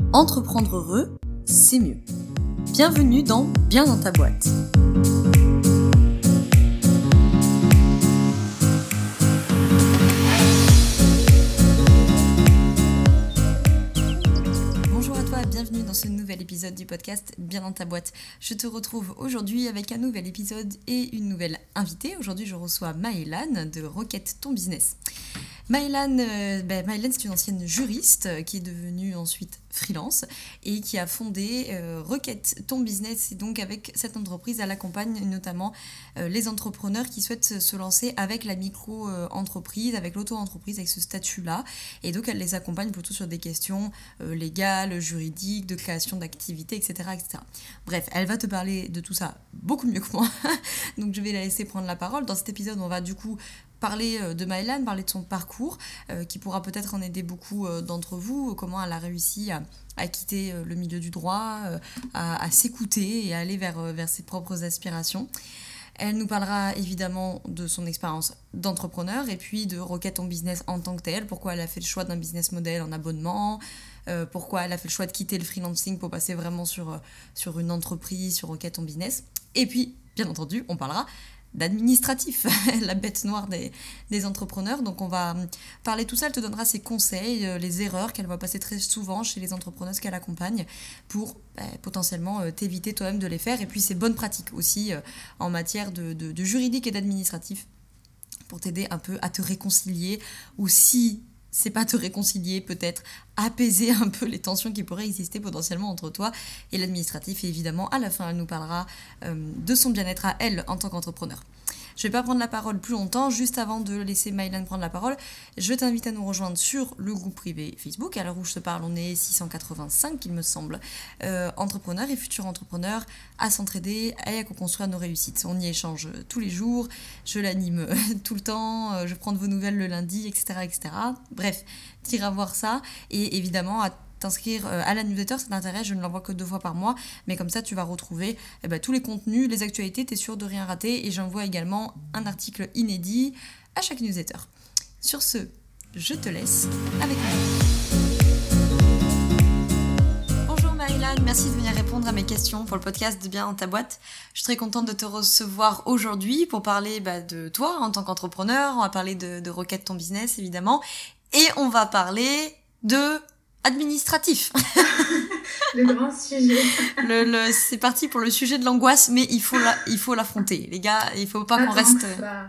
Entreprendre heureux, c'est mieux. Bienvenue dans Bien dans ta boîte. Bonjour à toi, bienvenue dans ce nouvel épisode du podcast Bien dans ta boîte. Je te retrouve aujourd'hui avec un nouvel épisode et une nouvelle invitée. Aujourd'hui, je reçois Maëlane de Rocket Ton Business. Maëlane, c'est une ancienne juriste qui est devenue ensuite freelance et qui a fondé Rocket Ton Business. Et donc avec cette entreprise, elle accompagne notamment les entrepreneurs qui souhaitent se lancer avec la micro-entreprise, avec l'auto-entreprise, avec ce statut-là. Et donc elle les accompagne plutôt sur des questions légales, juridiques, de création d'activités, etc., etc. Bref, elle va te parler de tout ça beaucoup mieux que moi. Donc je vais la laisser prendre la parole. Dans cet épisode, on va du coup parler de Maëlane, parler de son parcours, qui pourra peut-être en aider beaucoup d'entre vous, comment elle a réussi à quitter le milieu du droit, à s'écouter et à aller vers ses propres aspirations. Elle nous parlera évidemment de son expérience d'entrepreneur et puis de Rocket Ton Business en tant que tel, pourquoi elle a fait le choix d'un business model en abonnement, pourquoi elle a fait le choix de quitter le freelancing pour passer vraiment sur une entreprise, sur Rocket Ton Business. Et puis, bien entendu, on parlera d'administratif, la bête noire des entrepreneurs. Donc on va parler de tout ça, elle te donnera ses conseils, les erreurs qu'elle va passer très souvent chez les entrepreneuses qu'elle accompagne pour potentiellement t'éviter toi-même de les faire, et puis ses bonnes pratiques aussi en matière de juridique et d'administratif pour t'aider un peu à te réconcilier, ou si c'est pas te réconcilier, peut-être apaiser un peu les tensions qui pourraient exister potentiellement entre toi et l'administratif. Et évidemment, à la fin, elle nous parlera de son bien-être à elle en tant qu'entrepreneur. Je ne vais pas prendre la parole plus longtemps. Juste avant de laisser Maëlane prendre la parole, je t'invite à nous rejoindre sur le groupe privé Facebook. À l'heure où je te parle, on est 685, il me semble, entrepreneurs et futurs entrepreneurs à s'entraider et à co-construire nos réussites. On y échange tous les jours, je l'anime tout le temps, je prends de vos nouvelles le lundi, etc., etc. Bref, t'iras voir ça, et évidemment à t'inscrire à la newsletter, ça t'intéresse, je ne l'envoie que 2 fois par mois, mais comme ça tu vas retrouver tous les contenus, les actualités, t'es sûr de rien rater, et j'envoie également un article inédit à chaque newsletter. Sur ce, je te laisse avec moi. Bonjour Maëlane, merci de venir répondre à mes questions pour le podcast de Bien dans ta boîte. Je suis très contente de te recevoir aujourd'hui pour parler de toi en tant qu'entrepreneur. On va parler de Rocket Ton Business évidemment, et on va parler de administratif. Le grand sujet. C'est parti pour le sujet de l'angoisse, mais il faut l'affronter. Les gars, il faut pas qu'on reste...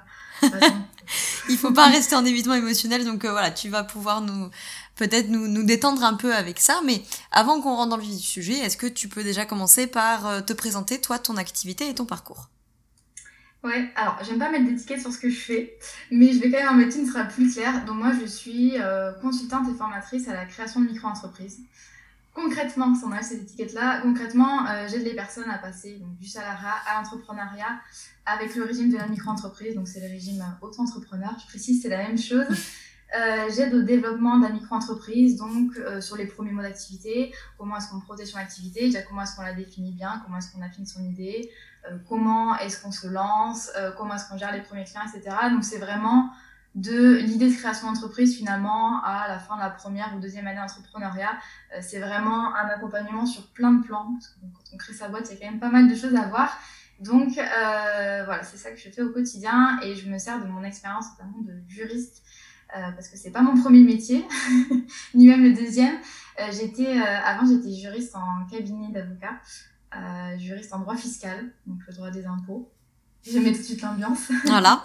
il faut pas rester en évitement émotionnel, donc voilà, tu vas pouvoir nous détendre un peu avec ça. Mais avant qu'on rentre dans le vif du sujet, est-ce que tu peux déjà commencer par te présenter, toi, ton activité et ton parcours ? Ouais, alors j'aime pas mettre d'étiquette sur ce que je fais, mais je vais quand même en mettre une, ce sera plus clair. Donc moi je suis consultante et formatrice à la création de micro-entreprises. Concrètement, si on a cette étiquette-là, j'aide les personnes à passer donc, du salariat à l'entrepreneuriat avec le régime de la micro-entreprise, donc c'est le régime auto-entrepreneur. Je précise, c'est la même chose. J'aide au développement de la micro-entreprise, donc sur les premiers mots d'activité, comment est-ce qu'on protège son activité, déjà comment est-ce qu'on la définit bien, comment est-ce qu'on affine son idée, comment est-ce qu'on se lance, comment est-ce qu'on gère les premiers clients, etc. Donc c'est vraiment de l'idée de création d'entreprise finalement à la fin de la première ou deuxième année d'entrepreneuriat. C'est vraiment un accompagnement sur plein de plans, parce que quand on crée sa boîte, il y a quand même pas mal de choses à voir. Donc voilà, c'est ça que je fais au quotidien, et je me sers de mon expérience notamment de juriste, parce que c'est pas mon premier métier, ni même le deuxième. Avant, j'étais juriste en cabinet d'avocat, juriste en droit fiscal, donc le droit des impôts. Je mets tout de suite l'ambiance. Voilà.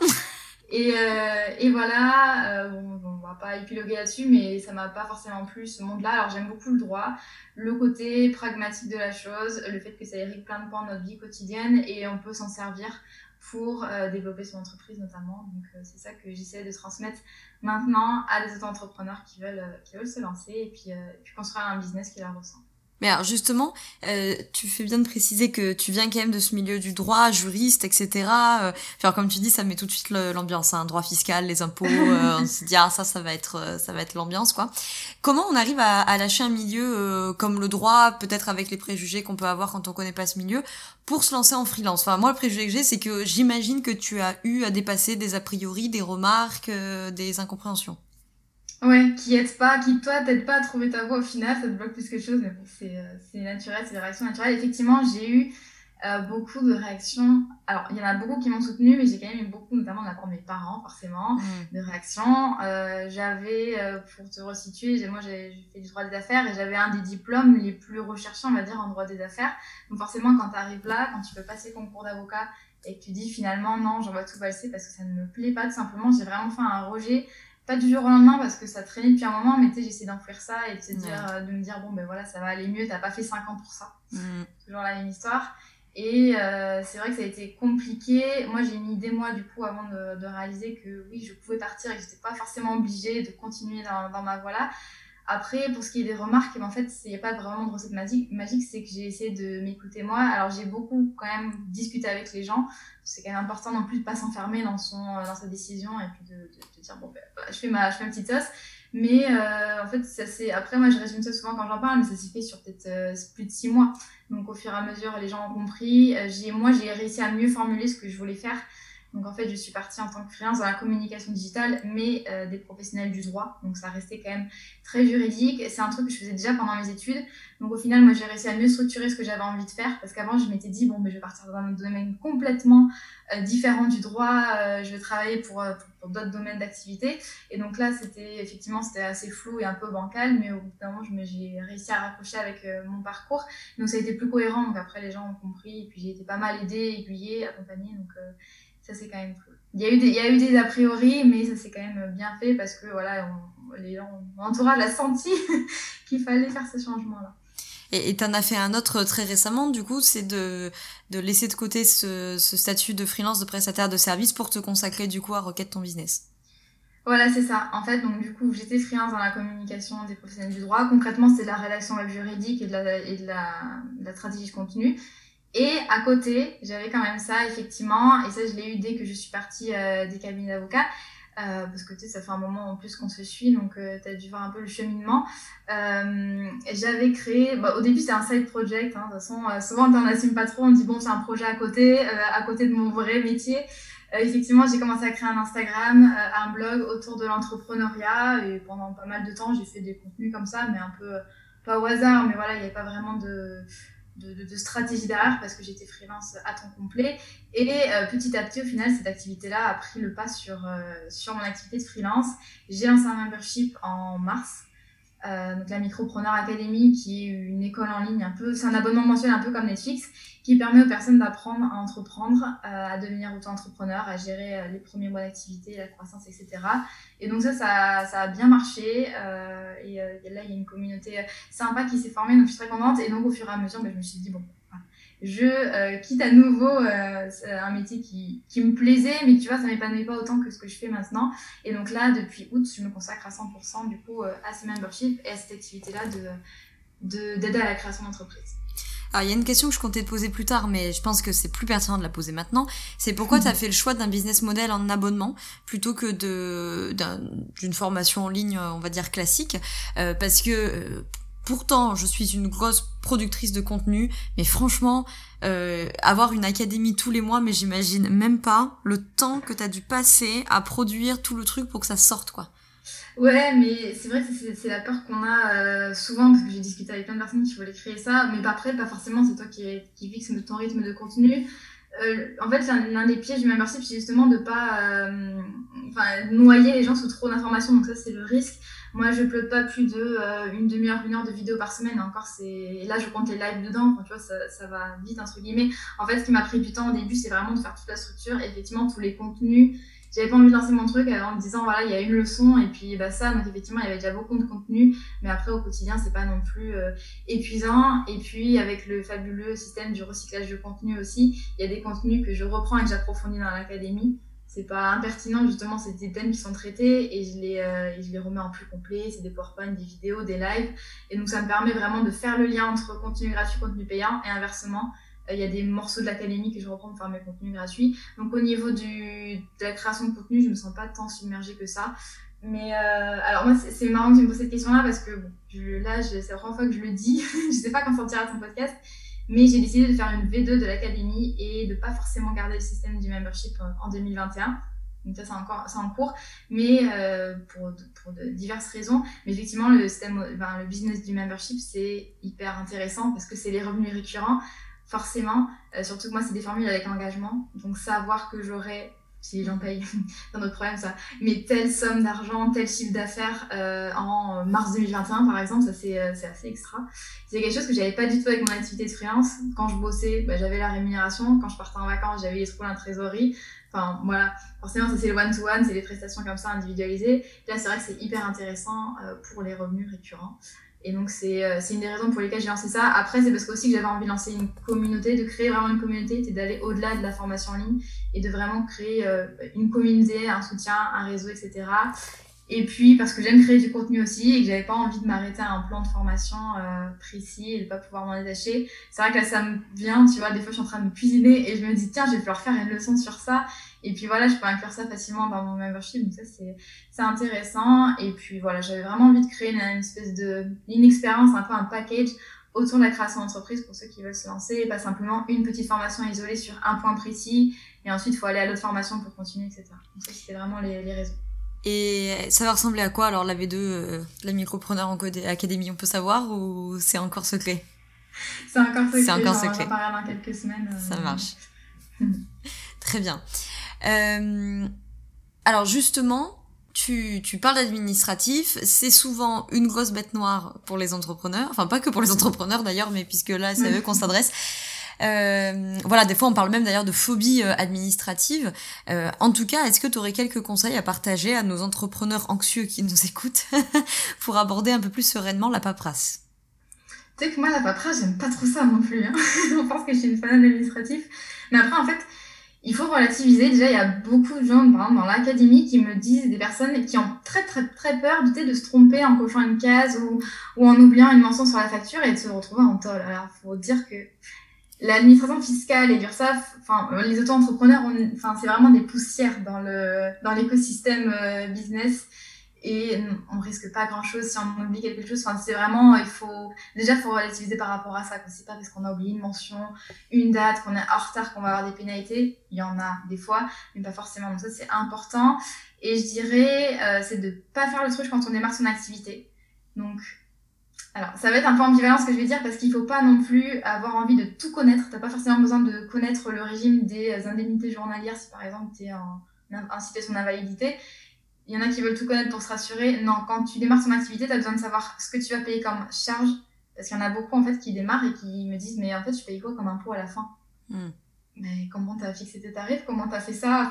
Et voilà, on va pas épiloguer là-dessus, mais ça m'a pas forcément plu ce monde-là. Alors j'aime beaucoup le droit, le côté pragmatique de la chose, le fait que ça irrigue plein de points de notre vie quotidienne, et on peut s'en servir pour développer son entreprise notamment. Donc c'est ça que j'essaie de transmettre maintenant à des auto-entrepreneurs qui veulent se lancer et puis construire un business qui leur ressemble. Mais alors justement, tu fais bien de préciser que tu viens quand même de ce milieu du droit, juriste, etc. Alors comme tu dis, ça met tout de suite l'ambiance, hein, droit fiscal, les impôts. On se dit ça va être l'ambiance quoi. Comment on arrive à lâcher un milieu comme le droit, peut-être avec les préjugés qu'on peut avoir quand on connaît pas ce milieu, pour se lancer en freelance? Enfin moi le préjugé que j'ai, c'est que j'imagine que tu as eu à dépasser des a priori, des remarques, des incompréhensions. Ouais, qui aide pas, qui toi t'aide pas à trouver ta voie au final, ça te bloque plus que chose, mais bon, c'est naturel, c'est des réactions naturelles. Effectivement, j'ai eu beaucoup de réactions. Alors, il y en a beaucoup qui m'ont soutenue, mais j'ai quand même eu beaucoup, notamment de la part de mes parents, forcément, de réactions. J'avais, pour te resituer, moi j'ai fait du droit des affaires et j'avais un des diplômes les plus recherchés, on va dire, en droit des affaires. Donc forcément, quand tu arrives là, quand tu peux passer le concours d'avocat et que tu dis finalement non, j'en vais tout valser parce que ça ne me plaît pas, tout simplement, j'ai vraiment fait un rejet. Pas du jour au lendemain parce que ça traînait depuis un moment, mais tu sais, j'essaie d'enfouir ça et de me dire, bon, ben voilà, ça va aller mieux, t'as pas fait 5 ans pour ça. Toujours la même histoire. Et c'est vrai que ça a été compliqué. Moi, j'ai mis des mois, du coup, avant de réaliser que oui, je pouvais partir et que j'étais pas forcément obligée de continuer dans ma voie-là. Après, pour ce qui est des remarques, en fait, il n'y a pas vraiment de recette magique, c'est que j'ai essayé de m'écouter moi. Alors, j'ai beaucoup quand même discuté avec les gens. C'est quand même important non plus de ne pas s'enfermer dans sa décision et puis de dire, bon, ben, voilà, je fais ma petite sauce. Mais en fait, après, moi, je résume ça souvent quand j'en parle, mais ça s'est fait sur peut-être plus de 6 mois. Donc, au fur et à mesure, les gens ont compris. Moi, j'ai réussi à mieux formuler ce que je voulais faire. Donc en fait, je suis partie en tant que freelance dans la communication digitale, mais des professionnels du droit. Donc ça restait quand même très juridique. C'est un truc que je faisais déjà pendant mes études. Donc au final, moi, j'ai réussi à mieux structurer ce que j'avais envie de faire. Parce qu'avant, je m'étais dit, bon, mais je vais partir dans un domaine complètement différent du droit. Je vais travailler pour d'autres domaines d'activité. Et donc là, c'était assez flou et un peu bancal. Mais au bout d'un moment, j'ai réussi à raccrocher avec mon parcours. Donc ça a été plus cohérent. Donc après, les gens ont compris. Et puis j'ai été pas mal aidée, aiguillée, accompagnée. Donc ça, c'est quand même cool. Il y a eu des a priori, mais ça s'est quand même bien fait parce que voilà, les gens, mon entourage a senti qu'il fallait faire ce changement-là. Et t'en as fait un autre très récemment, du coup, c'est de laisser de côté ce statut de freelance, de prestataire de service pour te consacrer du coup à Rocket Ton Business. Voilà, c'est ça. En fait, donc du coup, j'étais freelance dans la communication des professionnels du droit. Concrètement, c'est de la rédaction web juridique et de la stratégie de contenu. Et à côté, j'avais quand même ça, effectivement, et ça, je l'ai eu dès que je suis partie des cabinets d'avocats, parce que tu sais, ça fait un moment en plus qu'on se suit, donc tu as dû voir un peu le cheminement. J'avais créé, au début, c'était un side project, hein, de toute façon, souvent, on n'assume pas trop, on dit, bon, c'est un projet à côté de mon vrai métier. Effectivement, j'ai commencé à créer un Instagram, un blog autour de l'entrepreneuriat, et pendant pas mal de temps, j'ai fait des contenus comme ça, mais un peu, pas au hasard, mais voilà, il n'y avait pas vraiment de stratégie derrière parce que j'étais freelance à temps complet et petit à petit au final cette activité-là a pris le pas sur mon activité de freelance. J'ai lancé un membership en mars, donc la Micropreneur Academy, qui est une école en ligne c'est un abonnement mensuel un peu comme Netflix, qui permet aux personnes d'apprendre à entreprendre, à devenir auto-entrepreneur, à gérer les premiers mois d'activité, la croissance, etc. Et donc ça a bien marché. Et là, il y a une communauté sympa qui s'est formée, donc je suis très contente. Et donc au fur et à mesure, je me suis dit, bon, je quitte à nouveau un métier qui me plaisait, mais tu vois, ça ne m'épanouit pas autant que ce que je fais maintenant. Et donc là, depuis août, je me consacre à 100% du coup à ces memberships et à cette activité-là d'aide à la création d'entreprise. Alors, il y a une question que je comptais te poser plus tard, mais je pense que c'est plus pertinent de la poser maintenant. C'est pourquoi tu as fait le choix d'un business model en abonnement plutôt que d'une formation en ligne, on va dire classique, parce que pourtant, je suis une grosse productrice de contenu, mais franchement, avoir une académie tous les mois, mais j'imagine même pas le temps que t'as dû passer à produire tout le truc pour que ça sorte, quoi. Ouais, mais c'est vrai que c'est la peur qu'on a souvent, parce que j'ai discuté avec plein de personnes qui voulaient créer ça, mais après, pas forcément, c'est toi qui fixe ton rythme de contenu. En fait, l'un des pièges du membership, c'est justement de pas noyer les gens sous trop d'informations, donc ça, c'est le risque. Moi, je upload pas plus de une demi-heure, 1 heure de vidéos par semaine, encore, et là, je compte les lives dedans, tu vois, ça va vite, entre guillemets. En fait, ce qui m'a pris du temps au début, c'est vraiment de faire toute la structure, et effectivement, tous les contenus. J'avais pas envie de lancer mon truc en me disant, voilà, il y a une leçon, et puis ça, donc effectivement, il y avait déjà beaucoup de contenu, mais après, au quotidien, c'est pas non plus épuisant. Et puis, avec le fabuleux système du recyclage de contenu aussi, il y a des contenus que je reprends et que j'approfondis dans l'académie. C'est pas impertinent, justement, c'est des thèmes qui sont traités et je les remets en plus complet. C'est des PowerPoint, des vidéos, des lives. Et donc, ça me permet vraiment de faire le lien entre contenu gratuit et contenu payant. Et inversement, il y a des morceaux de l'académie que je reprends pour faire mes contenus gratuits. Donc, au niveau de la création de contenu, je me sens pas tant submergée que ça. Mais alors, moi, c'est marrant que tu me poses cette question-là parce que bon, c'est la première fois que je le dis. Je sais pas quand sortira ton podcast. Mais j'ai décidé de faire une V2 de l'académie et de pas forcément garder le système du membership en 2021. Donc ça, c'est en cours, mais pour de diverses raisons. Mais effectivement, le business du membership, c'est hyper intéressant parce que c'est les revenus récurrents, forcément. Surtout que moi, c'est des formules avec engagement. Donc savoir que j'aurai, si les gens payent, c'est un autre problème ça, mais telle somme d'argent, tel chiffre d'affaires en mars 2021 par exemple, ça c'est assez extra. C'est quelque chose que j'avais pas du tout avec mon activité de freelance. Quand je bossais, j'avais la rémunération. Quand je partais en vacances, j'avais les trous en trésorerie. Enfin voilà, forcément ça c'est le one-to-one, c'est les prestations comme ça individualisées. Là c'est vrai que c'est hyper intéressant pour les revenus récurrents. Et donc c'est une des raisons pour lesquelles j'ai lancé ça. Après c'est parce qu'aussi que j'avais envie de lancer une communauté, de créer vraiment une communauté, et d'aller au-delà de la formation en ligne et de vraiment créer une communauté, un soutien, un réseau, etc. Et puis parce que j'aime créer du contenu aussi et que j'avais pas envie de m'arrêter à un plan de formation précis et de pas pouvoir m'en détacher. C'est vrai que là ça me vient, tu vois, des fois je suis en train de me cuisiner et je me dis tiens je vais pouvoir faire une leçon sur ça. Et puis voilà, je peux inclure ça facilement dans mon membership, donc ça c'est intéressant. Et puis voilà, j'avais vraiment envie de créer une expérience, un peu un package autour de la création d'entreprise pour ceux qui veulent se lancer, et pas simplement une petite formation isolée sur un point précis, et ensuite il faut aller à l'autre formation pour continuer, etc. Donc ça c'était vraiment les raisons. Et ça va ressembler à quoi alors la V2, la Micropreneur en Academy, on peut savoir ou c'est encore secret? C'est encore secret, on va parler dans quelques semaines. Ça marche. Très bien. Alors justement, tu parles d'administratif, c'est souvent une grosse bête noire pour les entrepreneurs, enfin pas que pour les entrepreneurs d'ailleurs, mais puisque là c'est à eux qu'on s'adresse. Voilà, des fois on parle même d'ailleurs de phobie administrative. En tout cas, est-ce que tu aurais quelques conseils à partager à nos entrepreneurs anxieux qui nous écoutent pour aborder un peu plus sereinement la paperasse? Tu sais que moi la paperasse, j'aime pas trop ça non plus. Je pense que je suis une fan d'administratif. Mais après en fait, il faut relativiser. Déjà, il y a beaucoup de gens, par exemple, dans l'académie qui me disent, des personnes qui ont très très très peur de se tromper en cochant une case ou en oubliant une mention sur la facture et de se retrouver en tôle. Alors, faut dire que l'administration fiscale et l'URSSAF, les auto-entrepreneurs, c'est vraiment des poussières dans l'écosystème business. Et on risque pas grand chose si on oublie quelque chose. C'est vraiment, faut relativiser par rapport à ça. C'est pas parce qu'on a oublié une mention, une date, qu'on est en retard qu'on va avoir des pénalités. Il y en a des fois, mais pas forcément. Donc ça, c'est important. Et je dirais, c'est de pas faire le truc quand on démarre son activité. Donc, alors, ça va être un peu ambivalent ce que je vais dire parce qu'il faut pas non plus avoir envie de tout connaître. T'as pas forcément besoin de connaître le régime des indemnités journalières si par exemple t'es en situation d'invalidité. Il y en a qui veulent tout connaître pour se rassurer. Non, quand tu démarres ton activité, tu as besoin de savoir ce que tu vas payer comme charge. Parce qu'il y en a beaucoup en fait qui démarrent et qui me disent mais en fait je paye quoi comme impôt à la fin Mais comment t'as fixé tes tarifs? Comment t'as fait ça?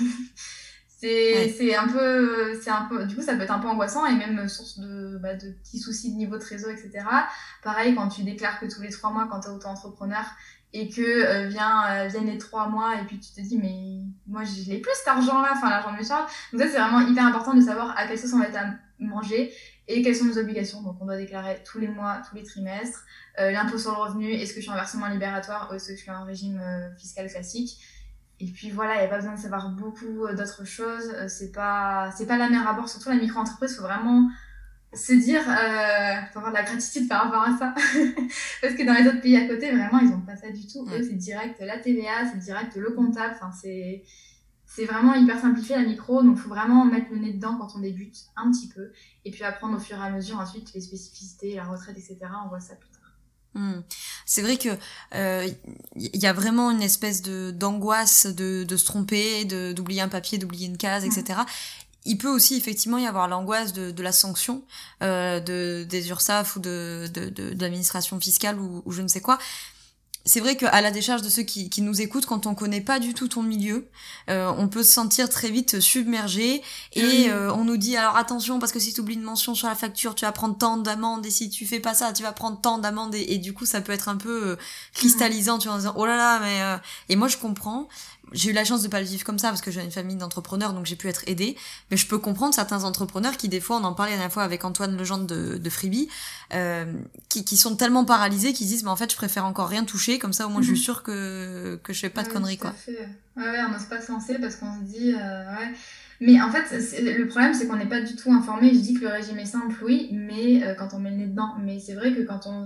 C'est un peu du coup ça peut être un peu angoissant et même source de petits soucis de niveau de trésor, etc. Pareil quand tu déclares que tous les 3 mois quand t'es auto-entrepreneur et que viennent les 3 mois et puis tu te dis mais moi je l'ai plus cet argent là, l'argent de mes charges. Donc ça c'est vraiment hyper important de savoir à quelle sauce on va être à manger et quelles sont nos obligations. Donc on doit déclarer tous les mois, tous les trimestres, l'impôt sur le revenu, est-ce que je suis en versement libératoire ou est-ce que je suis en régime fiscal classique. Et puis voilà, il n'y a pas besoin de savoir beaucoup d'autres choses. C'est pas la mer à bord, surtout la micro-entreprise, il faut vraiment se dire, faut avoir de la gratitude par rapport à ça. Parce que dans les autres pays à côté, vraiment, ils n'ont pas ça du tout. Eux, c'est direct la TVA, c'est direct le comptable. C'est vraiment hyper simplifié la micro. Donc, il faut vraiment mettre le nez dedans quand on débute un petit peu. Et puis apprendre au fur et à mesure ensuite les spécificités, la retraite, etc. On voit ça plus tard. C'est vrai que y a vraiment une espèce d'angoisse de se tromper, d'oublier un papier, d'oublier une case, etc. Il peut aussi effectivement y avoir l'angoisse de la sanction des URSSAF ou de l'administration fiscale ou je ne sais quoi. C'est vrai qu'à la décharge de ceux qui nous écoutent, quand on connaît pas du tout ton milieu, on peut se sentir très vite submergé et on nous dit alors attention parce que si tu oublies une mention sur la facture, tu vas prendre tant d'amende et si tu fais pas ça, tu vas prendre tant d'amende et du coup ça peut être un peu cristallisant, tu vois, en disant oh là là mais et moi je comprends. J'ai eu la chance de pas le vivre comme ça parce que j'ai une famille d'entrepreneurs donc j'ai pu être aidée, mais je peux comprendre certains entrepreneurs qui des fois, on en parlait la dernière fois avec Antoine Legendre de Freebie, qui sont tellement paralysés qu'ils disent mais en fait je préfère encore rien toucher comme ça au moins je suis sûre que je fais pas de conneries quoi. Ouais, on n'ose pas se lancer parce qu'on se dit mais en fait le problème c'est qu'on n'est pas du tout informé. Je dis que le régime est simple oui mais quand on met le nez dedans, mais c'est vrai que quand on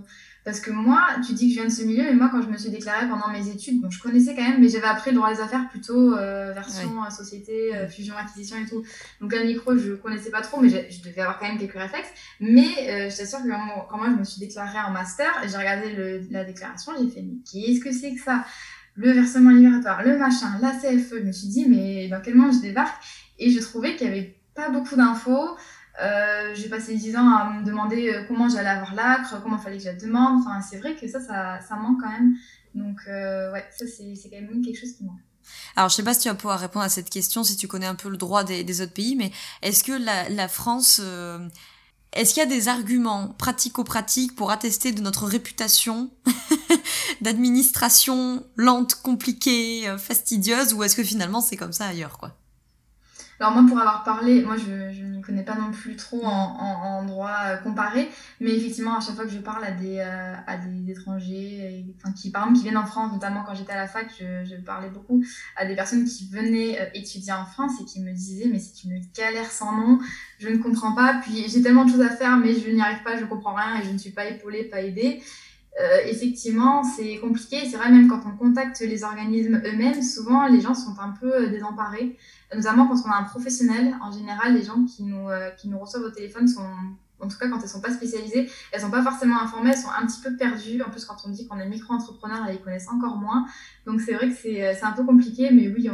Parce que moi, tu dis que je viens de ce milieu, mais moi, quand je me suis déclarée pendant mes études, bon, je connaissais quand même, mais j'avais appris le droit des affaires plutôt version société, fusion-acquisition et tout. Donc la micro, je connaissais pas trop, mais je devais avoir quand même quelques réflexes. Mais je t'assure que quand moi, je me suis déclarée en master, j'ai regardé la déclaration, j'ai fait, mais qu'est-ce que c'est que ça? Le versement libératoire, le machin, la CFE, je me suis dit, mais dans quel monde je débarque? Et je trouvais qu'il y avait pas beaucoup d'infos. J'ai passé 10 ans à me demander comment j'allais avoir l'ACRE, comment il fallait que je la demande. Enfin, c'est vrai que ça manque quand même. Donc, ouais, ça, c'est quand même quelque chose qui manque. Alors, je sais pas si tu vas pouvoir répondre à cette question, si tu connais un peu le droit des autres pays, mais est-ce que la France... est-ce qu'il y a des arguments pratico-pratiques pour attester de notre réputation d'administration lente, compliquée, fastidieuse, ou est-ce que finalement c'est comme ça ailleurs, quoi? Alors moi, pour avoir parlé, moi je ne connais pas non plus trop en droit comparé, mais effectivement, à chaque fois que je parle à des étrangers, enfin, par exemple, qui viennent en France, notamment quand j'étais à la fac, je parlais beaucoup à des personnes qui venaient étudier en France et qui me disaient, mais c'est une galère sans nom, je ne comprends pas, puis j'ai tellement de choses à faire, mais je n'y arrive pas, je comprends rien et je ne suis pas épaulée, pas aidée. Effectivement, c'est compliqué. C'est vrai, même quand on contacte les organismes eux-mêmes, souvent les gens sont un peu désemparés. Notamment quand on a un professionnel. En général, les gens qui nous reçoivent au téléphone sont, en tout cas quand elles ne sont pas spécialisées, elles ne sont pas forcément informées, elles sont un petit peu perdues. En plus, quand on dit qu'on est micro-entrepreneur, elles les connaissent encore moins. Donc c'est vrai que c'est un peu compliqué, mais oui,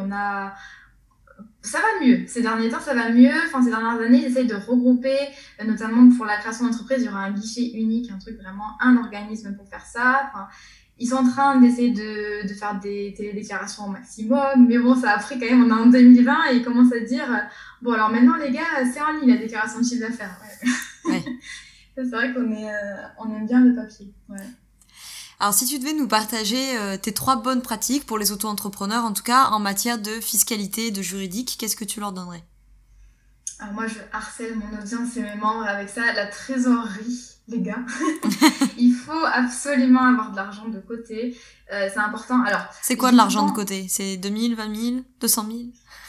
ça va mieux. Ces derniers temps, ça va mieux. Enfin, ces dernières années, ils essayent de regrouper, notamment pour la création d'entreprise, il y aura un guichet unique, un truc vraiment, un organisme pour faire ça. Enfin, ils sont en train d'essayer de faire des télédéclarations au maximum. Mais bon, ça a pris quand même, on est en 2020 et ils commencent à dire, bon, alors maintenant, les gars, c'est en ligne la déclaration de chiffre d'affaires. Ouais. C'est vrai on aime bien le papier. Ouais. Alors, si tu devais nous partager tes 3 bonnes pratiques pour les auto-entrepreneurs, en tout cas en matière de fiscalité, de juridique, qu'est-ce que tu leur donnerais? Alors moi, je harcèle mon audience et mes membres avec ça, la trésorerie, les gars. Il faut absolument avoir de l'argent de côté. C'est important. Alors, c'est quoi de l'argent de côté? C'est 2 000, 20 000, 200 000?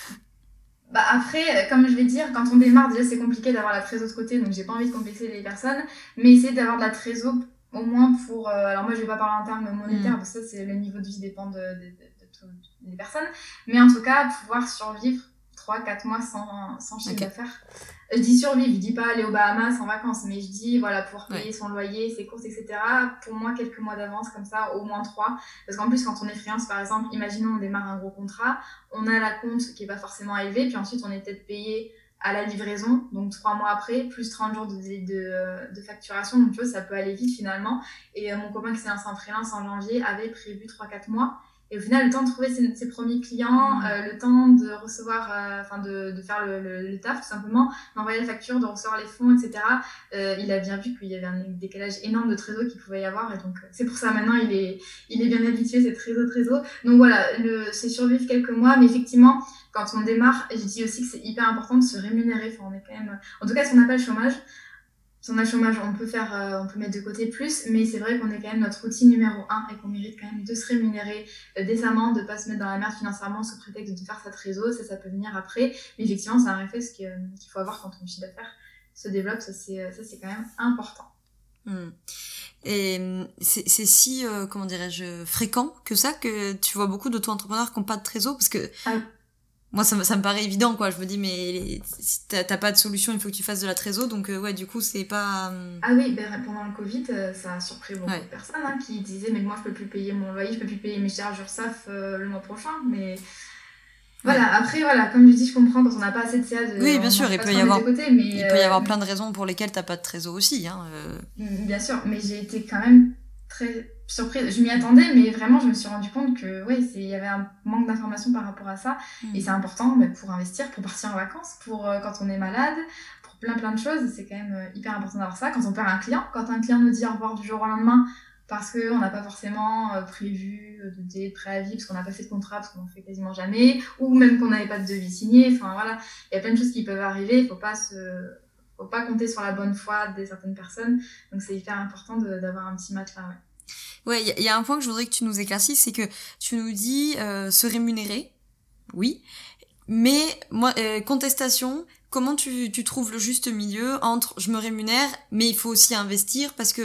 Bah après, comme je vais dire, quand on démarre, déjà c'est compliqué d'avoir la trésor de côté, donc j'ai pas envie de complexer les personnes, mais essayer d'avoir de la trésor au moins pour... alors moi je vais pas parler en termes monétaires, parce que ça c'est le niveau de vie dépend toutes les personnes, mais en tout cas pouvoir survivre 3-4 mois sans chiffre d'affaires. Je dis survivre, je dis pas aller aux Bahamas en vacances, mais je dis voilà, pouvoir payer son loyer, ses courses, etc. Pour moi, quelques mois d'avance, comme ça, au moins 3. Parce qu'en plus, quand on est freelance, par exemple, imaginons on démarre un gros contrat, on a la compte qui est pas forcément élevée, puis ensuite on est peut-être payé à la livraison, donc 3 mois après, plus 30 jours de facturation, donc tu vois, ça peut aller vite finalement. Et mon copain qui s'est lancé en freelance en janvier avait prévu 3-4 mois. Et au final, le temps de trouver ses premiers clients, le temps de recevoir, de faire le taf tout simplement, d'envoyer la facture, de recevoir les fonds, etc. Il a bien vu qu'il y avait un décalage énorme de trésor qu'il pouvait y avoir. Et donc, c'est pour ça maintenant, il est bien habitué, c'est trésor. Donc voilà, c'est survivre quelques mois. Mais effectivement, quand on démarre, je dis aussi que c'est hyper important de se rémunérer. Enfin, on est quand même... En tout cas, si on n'a pas le chômage, si on a le chômage, on peut mettre de côté plus, mais c'est vrai qu'on est quand même notre outil numéro 1 et qu'on mérite quand même de se rémunérer décemment, de ne pas se mettre dans la merde financièrement sous prétexte de faire sa trésor, ça peut venir après. Mais effectivement, c'est un réflexe qu'il faut avoir quand ton chiffre d'affaires se développe, ça c'est quand même important. Et c'est si, comment dirais-je, fréquent que ça, que tu vois beaucoup d'auto-entrepreneurs qui n'ont pas de trésor, parce que... Moi, ça me paraît évident, quoi. Je me dis, mais si t'as pas de solution, il faut que tu fasses de la trésor. Donc, ouais, du coup, c'est pas... Ah oui, pendant le Covid, ça a surpris beaucoup de personnes qui disaient, mais moi, je peux plus payer mon loyer, je peux plus payer mes charges URSSAF le mois prochain. Mais voilà, après, voilà, comme je dis, je comprends quand on n'a pas assez de CA. Oui, bien sûr, il peut y avoir plein de raisons pour lesquelles t'as pas de trésor aussi. Bien sûr, mais j'ai été quand même très surprise. Je m'y attendais, mais vraiment, je me suis rendu compte que il y avait un manque d'informations par rapport à ça. Et c'est important pour investir, pour partir en vacances, pour quand on est malade, pour plein de choses. C'est quand même hyper important d'avoir ça. Quand on perd un client, quand un client nous dit au revoir du jour au lendemain parce qu'on n'a pas forcément prévu de délai de préavis, parce qu'on n'a pas fait de contrat, parce qu'on n'en fait quasiment jamais, ou même qu'on n'avait pas de devis signé. Enfin voilà, il y a plein de choses qui peuvent arriver. Il faut pas compter sur la bonne foi de certaines personnes. Donc c'est hyper important d'avoir un petit match là, ouais. Ouais, il y a un point que je voudrais que tu nous éclaircisses, c'est que tu nous dis se rémunérer, oui, mais moi, contestation, comment tu trouves le juste milieu entre je me rémunère, mais il faut aussi investir, parce que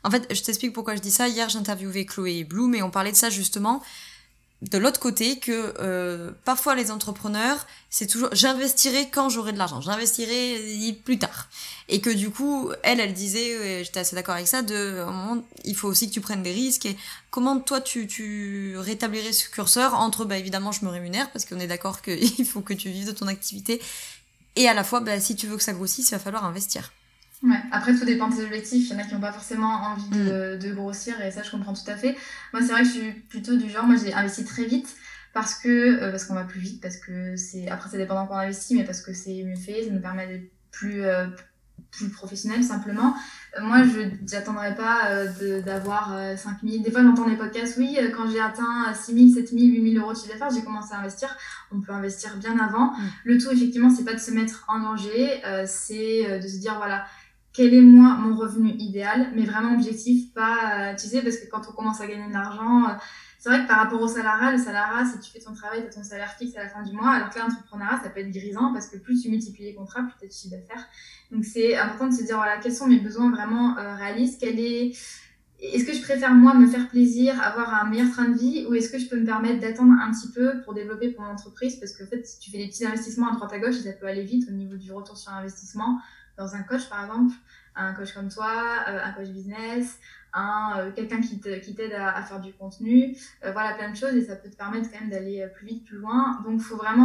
En fait, je t'explique pourquoi je dis ça. Hier, j'interviewais Chloé et Bloom et on parlait de ça justement. De l'autre côté, que parfois les entrepreneurs, c'est toujours j'investirai quand j'aurai de l'argent, j'investirai plus tard. Et que du coup, elle disait, et j'étais assez d'accord avec ça, à un moment, il faut aussi que tu prennes des risques. Et comment toi, tu rétablirais ce curseur entre, évidemment, je me rémunère, parce qu'on est d'accord qu'il faut que tu vives de ton activité, et à la fois, si tu veux que ça grossisse, il va falloir investir. Ouais. Après, tout dépend de tes objectifs. Il y en a qui n'ont pas forcément envie de grossir et ça, je comprends tout à fait. Moi, c'est vrai que je suis plutôt du genre, moi, j'ai investi très vite parce qu'on va plus vite, parce que c'est... Après, ça dépend dans quoi on investit, mais parce que c'est mieux fait, ça nous permet d'être plus professionnel, simplement. Moi, je n'attendrai pas d'avoir 5 000. Des fois, j'entends des podcasts, oui, quand j'ai atteint 6 000, 7 000, 8 000 euros de chiffre d'affaires, j'ai commencé à investir. On peut investir bien avant. Le tout, effectivement, c'est pas de se mettre en danger, c'est de se dire, voilà, quel est moi mon revenu idéal, mais vraiment objectif, pas, tu sais, parce que quand on commence à gagner de l'argent, c'est vrai que par rapport au salariat, le salariat, si tu fais ton travail, tu as ton salaire fixe à la fin du mois, alors que l'entrepreneuriat, ça peut être grisant parce que plus tu multiplies les contrats, plus tu as de chiffre d'affaires. Donc c'est important de se dire, voilà, quels sont mes besoins vraiment réalistes, est-ce que je préfère, moi, me faire plaisir, avoir un meilleur train de vie, ou est-ce que je peux me permettre d'attendre un petit peu pour développer mon entreprise? Parce qu'en fait, si tu fais des petits investissements à droite à gauche, ça peut aller vite au niveau du retour sur investissement. Dans un coach, par exemple, un coach comme toi, un coach business, quelqu'un qui t'aide à faire du contenu, voilà, plein de choses, et ça peut te permettre quand même d'aller plus vite, plus loin. Donc,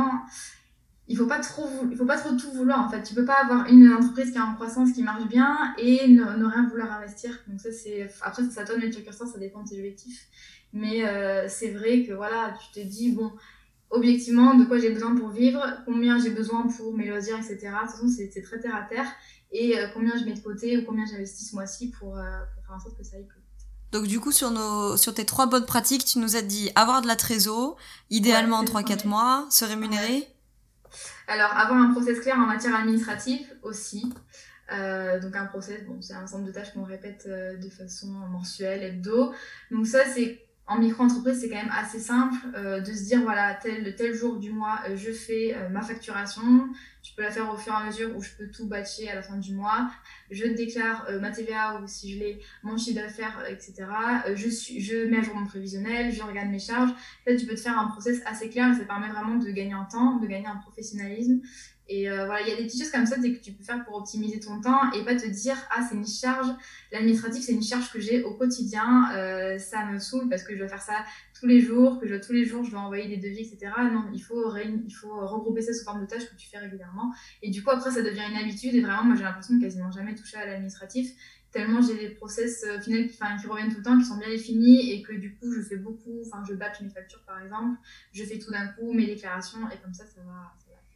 il faut pas trop tout vouloir, en fait. Tu peux pas avoir une entreprise qui est en croissance, qui marche bien, et ne rien vouloir investir. Donc ça, après, ça donne le curseur, ça dépend de tes objectifs. Mais c'est vrai que, voilà, tu te dis, bon, objectivement, de quoi j'ai besoin pour vivre, combien j'ai besoin pour mes loisirs, etc. De toute façon, c'est très terre à terre. Et combien je mets de côté ou combien j'investis ce mois-ci pour faire en sorte que ça aille plus vite. Donc du coup, sur tes 3 bonnes pratiques, tu nous as dit avoir de la trésor, idéalement en 3-4 mois, se rémunérer. Ouais. Alors, avoir un process clair en matière administrative aussi. Donc un process, bon, c'est un ensemble de tâches qu'on répète de façon mensuelle, hebdo. Donc ça, c'est en micro-entreprise, c'est quand même assez simple de se dire, voilà, tel jour du mois, je fais ma facturation. Je peux la faire au fur et à mesure ou je peux tout batcher à la fin du mois. Je déclare ma TVA ou si je l'ai, mon chiffre d'affaires, etc. Je mets à jour mon prévisionnel, je regarde mes charges. En fait, tu peux te faire un process assez clair et ça permet vraiment de gagner en temps, de gagner en professionnalisme. Et voilà, il y a des petites choses comme ça que tu peux faire pour optimiser ton temps et pas te dire, ah, c'est une charge, l'administratif, c'est une charge que j'ai au quotidien, ça me saoule parce que je dois faire ça tous les jours, je dois envoyer des devis, etc. Non, il faut regrouper ça sous forme de tâches que tu fais régulièrement. Et du coup, après, ça devient une habitude et vraiment, moi, j'ai l'impression de quasiment jamais toucher à l'administratif, tellement j'ai des process finaux qui reviennent tout le temps, qui sont bien définis et que du coup, je batch mes factures, par exemple, je fais tout d'un coup, mes déclarations et comme ça va.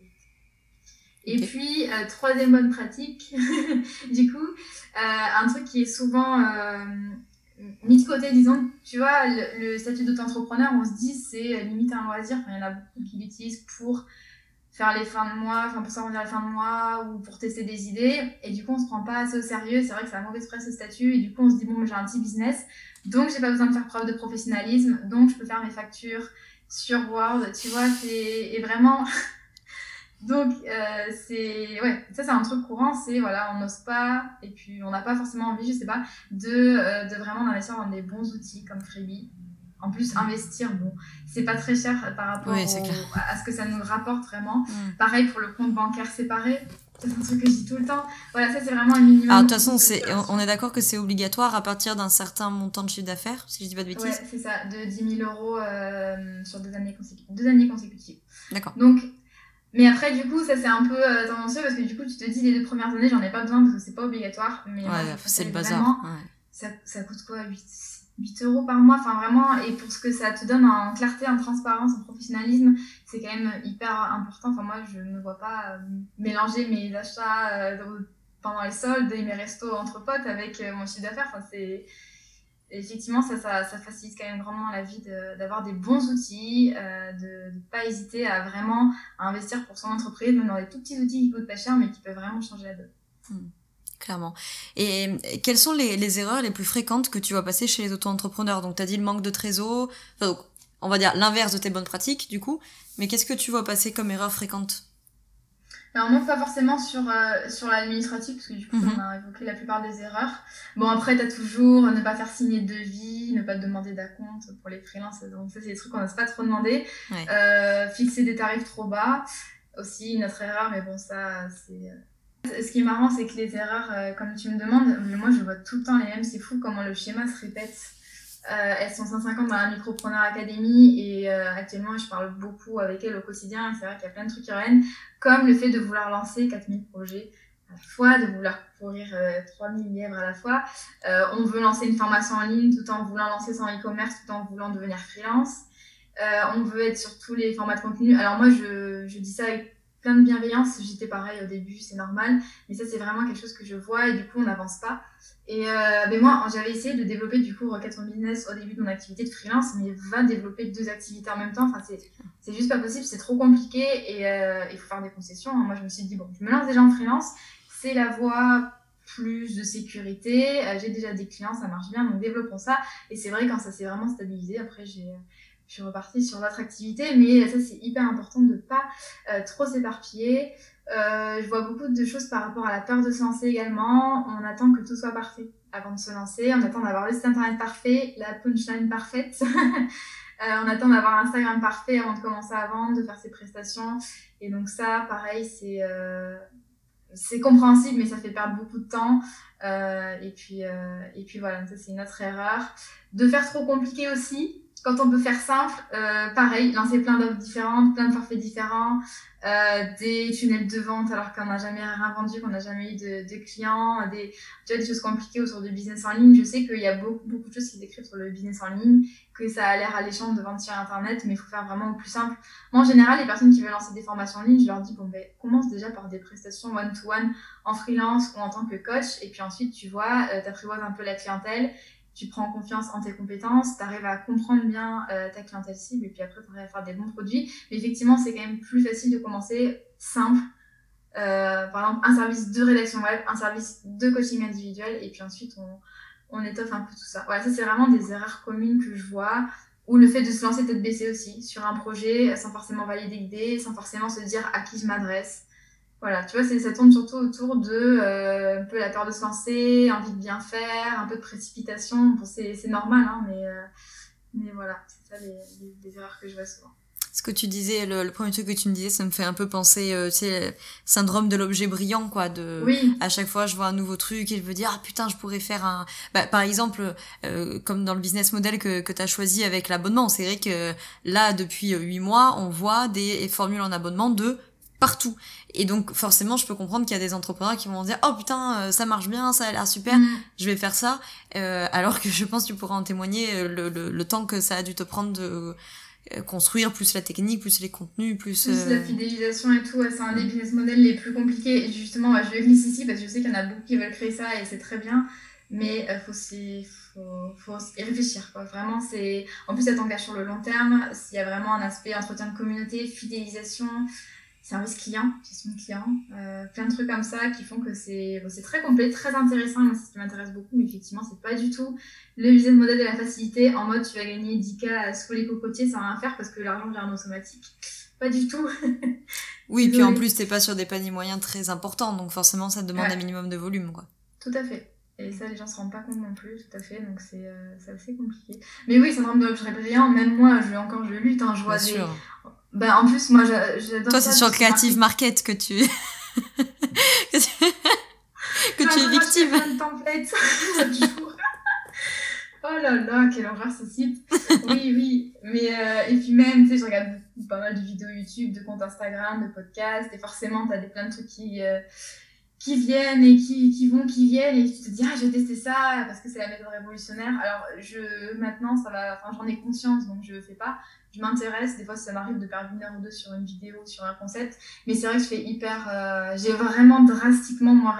Et puis, troisième bonne pratique, du coup, un truc qui est souvent mis de côté, disons, tu vois, le statut d'auto-entrepreneur, on se dit, c'est limite un loisir. Enfin, il y en a beaucoup qui l'utilisent pour faire les fins de mois, pour s'arrondir les fins de mois ou pour tester des idées. Et du coup, on se prend pas assez au sérieux. C'est vrai que ça a mauvaise presse ce statut. Et du coup, on se dit, bon, j'ai un petit business, donc j'ai pas besoin de faire preuve de professionnalisme, donc je peux faire mes factures sur Word, tu vois, et vraiment... Donc, ça c'est un truc courant, c'est voilà, on n'ose pas, et puis on n'a pas forcément envie, je sais pas, de vraiment investir dans des bons outils comme Freebie. En plus, investir, bon, c'est pas très cher par rapport à ce que ça nous rapporte vraiment. Pareil pour le compte bancaire séparé, c'est un truc que je dis tout le temps. Voilà, ça c'est vraiment un minimum. Alors de toute façon, on est d'accord que c'est obligatoire à partir d'un certain montant de chiffre d'affaires, si je dis pas de bêtises. Ouais, c'est ça, de 10 000 euros sur 2 années consécutives. D'accord. Donc, mais après, du coup, ça c'est un peu tendancieux parce que du coup, tu te dis les 2 premières années, j'en ai pas besoin parce que c'est pas obligatoire. Mais c'est le bazar. Ça coûte quoi, 8 euros par mois, enfin vraiment, et pour ce que ça te donne en clarté, en transparence, en professionnalisme, c'est quand même hyper important. Enfin, moi, je ne me vois pas mélanger mes achats pendant les soldes et mes restos entre potes avec mon chiffre d'affaires. Enfin, effectivement, ça facilite quand même grandement la vie d'avoir des bons outils, de ne pas hésiter à vraiment investir pour son entreprise, même dans des tout petits outils qui coûtent pas cher, mais qui peuvent vraiment changer la donne. Clairement. Et quelles sont les erreurs les plus fréquentes que tu vas passer chez les auto-entrepreneurs? Donc, tu as dit le manque de trésor, donc, on va dire l'inverse de tes bonnes pratiques, du coup, mais qu'est-ce que tu vas passer comme erreur fréquente? Alors moi, pas forcément sur l'administratif, parce que du coup, on a évoqué la plupart des erreurs. Bon, après, t'as toujours ne pas faire signer de devis, ne pas te demander d'acompte pour les freelances. Donc ça, c'est des trucs qu'on n'ose pas trop demander. Ouais. Fixer des tarifs trop bas, aussi notre erreur, mais bon, ça, c'est... Ce qui est marrant, c'est que les erreurs, comme tu me demandes, moi, je vois tout le temps les mêmes. C'est fou comment le schéma se répète. Elles sont 150 dans la Micropreneur Academy et actuellement je parle beaucoup avec elles au quotidien et c'est vrai qu'il y a plein de trucs qui reviennent, comme le fait de vouloir lancer 4000 projets à la fois, de vouloir courir 3000 lièvres à la fois. On veut lancer une formation en ligne tout en voulant lancer son e-commerce, tout en voulant devenir freelance. On veut être sur tous les formats de contenu. Alors moi je dis ça avec plein de bienveillance, j'étais pareil au début, c'est normal, mais ça c'est vraiment quelque chose que je vois et du coup on n'avance pas. Et mais moi, j'avais essayé de développer du coup Rocket Home Business au début de mon activité de freelance, mais va développer 2 activités en même temps, enfin, c'est juste pas possible, c'est trop compliqué et il faut faire des concessions. Moi, je me suis dit, bon, je me lance déjà en freelance, c'est la voie plus de sécurité, j'ai déjà des clients, ça marche bien, donc développons ça. Et c'est vrai, quand ça s'est vraiment stabilisé, après, je suis repartie sur l'autre activité, mais ça, c'est hyper important de ne pas trop s'éparpiller. Je vois beaucoup de choses par rapport à la peur de se lancer également. On attend que tout soit parfait avant de se lancer. On attend d'avoir le site internet parfait, la punchline parfaite. On attend d'avoir Instagram parfait avant de commencer à vendre, de faire ses prestations. Et donc ça, pareil, c'est compréhensible, mais ça fait perdre beaucoup de temps. Et puis voilà, ça c'est une autre erreur. De faire trop compliqué aussi. Quand on peut faire simple, pareil, lancer plein d'offres différentes, plein de forfaits différents, des tunnels de vente alors qu'on n'a jamais rien vendu, qu'on n'a jamais eu de clients, tu vois, des choses compliquées autour du business en ligne. Je sais qu'il y a beaucoup de choses qui s'écrivent sur le business en ligne, que ça a l'air alléchant de vendre sur Internet, mais il faut faire vraiment au plus simple. Moi, en général, les personnes qui veulent lancer des formations en ligne, je leur dis, bon, ben, commence déjà par des prestations one-to-one en freelance ou en tant que coach, et puis ensuite, tu vois, t'apprivoises un peu la clientèle, tu prends confiance en tes compétences, tu arrives à comprendre bien ta clientèle cible et puis après tu arrives à faire des bons produits. Mais effectivement, c'est quand même plus facile de commencer simple. Par exemple, un service de rédaction web, un service de coaching individuel et puis ensuite on étoffe un peu tout ça. Voilà, ça c'est vraiment des erreurs communes que je vois. Ou le fait de se lancer tête baissée aussi sur un projet sans forcément valider l'idée, sans forcément se dire à qui je m'adresse. Voilà, tu vois, ça tourne surtout autour de un peu la peur de se lancer, envie de bien faire, un peu de précipitation. Bon, c'est normal, hein, mais voilà, c'est ça les erreurs que je vois souvent. Ce que tu disais, le premier truc que tu me disais, ça me fait un peu penser, tu sais, le syndrome de l'objet brillant, quoi. Oui. À chaque fois, je vois un nouveau truc et je me dis, ah putain, je pourrais faire un. Bah, par exemple, comme dans le business model que tu as choisi avec l'abonnement, c'est vrai que là, depuis 8 mois, on voit des formules en abonnement de partout. Et donc, forcément, je peux comprendre qu'il y a des entrepreneurs qui vont dire, oh putain, ça marche bien, ça a l'air super, je vais faire ça. Alors que je pense que tu pourras en témoigner le temps que ça a dû te prendre de construire, plus la technique, plus les contenus, plus la fidélisation et tout, c'est un des business models les plus compliqués. Et justement, je le glisse ici parce que je sais qu'il y en a beaucoup qui veulent créer ça et c'est très bien. Mais faut y réfléchir, quoi. Vraiment, en plus, ça t'engage sur le long terme. S'il y a vraiment un aspect entretien de communauté, fidélisation, service client, gestion de client, plein de trucs comme ça qui font que c'est très complet, très intéressant. Moi, c'est ce qui m'intéresse beaucoup, mais effectivement, c'est pas du tout le business model de la facilité en mode tu vas gagner 10K sous les cocotiers sans rien faire parce que l'argent vient en automatique. Pas du tout. Oui, puis en plus, t'es pas sur des paniers moyens très importants, donc forcément, ça te demande un minimum de volume, quoi. Tout à fait. Et ça, les gens se rendent pas compte non plus, tout à fait, donc c'est assez compliqué. Mais oui, syndrome de l'objet brillant, même moi, je lutte, hein, je vois Bien sûr. Bah, en plus, moi, j'adore toi, ça. C'est sur le Creative Market que tu... que tu es victime. Moi, je fais plein de templates, toujours. Oh là là, quelle horreur ce site. Oui. Mais, et puis même, tu sais, je regarde pas mal de vidéos YouTube, de comptes Instagram, de podcasts, et forcément, t'as plein de trucs qui viennent et qui viennent, et tu te dis, ah, j'ai testé ça parce que c'est la méthode révolutionnaire. Alors, maintenant, j'en ai conscience, donc je le fais pas. Je m'intéresse, des fois, ça m'arrive de perdre 1 heure ou 2 sur une vidéo, sur un concept, mais c'est vrai que j'ai vraiment drastiquement, moi,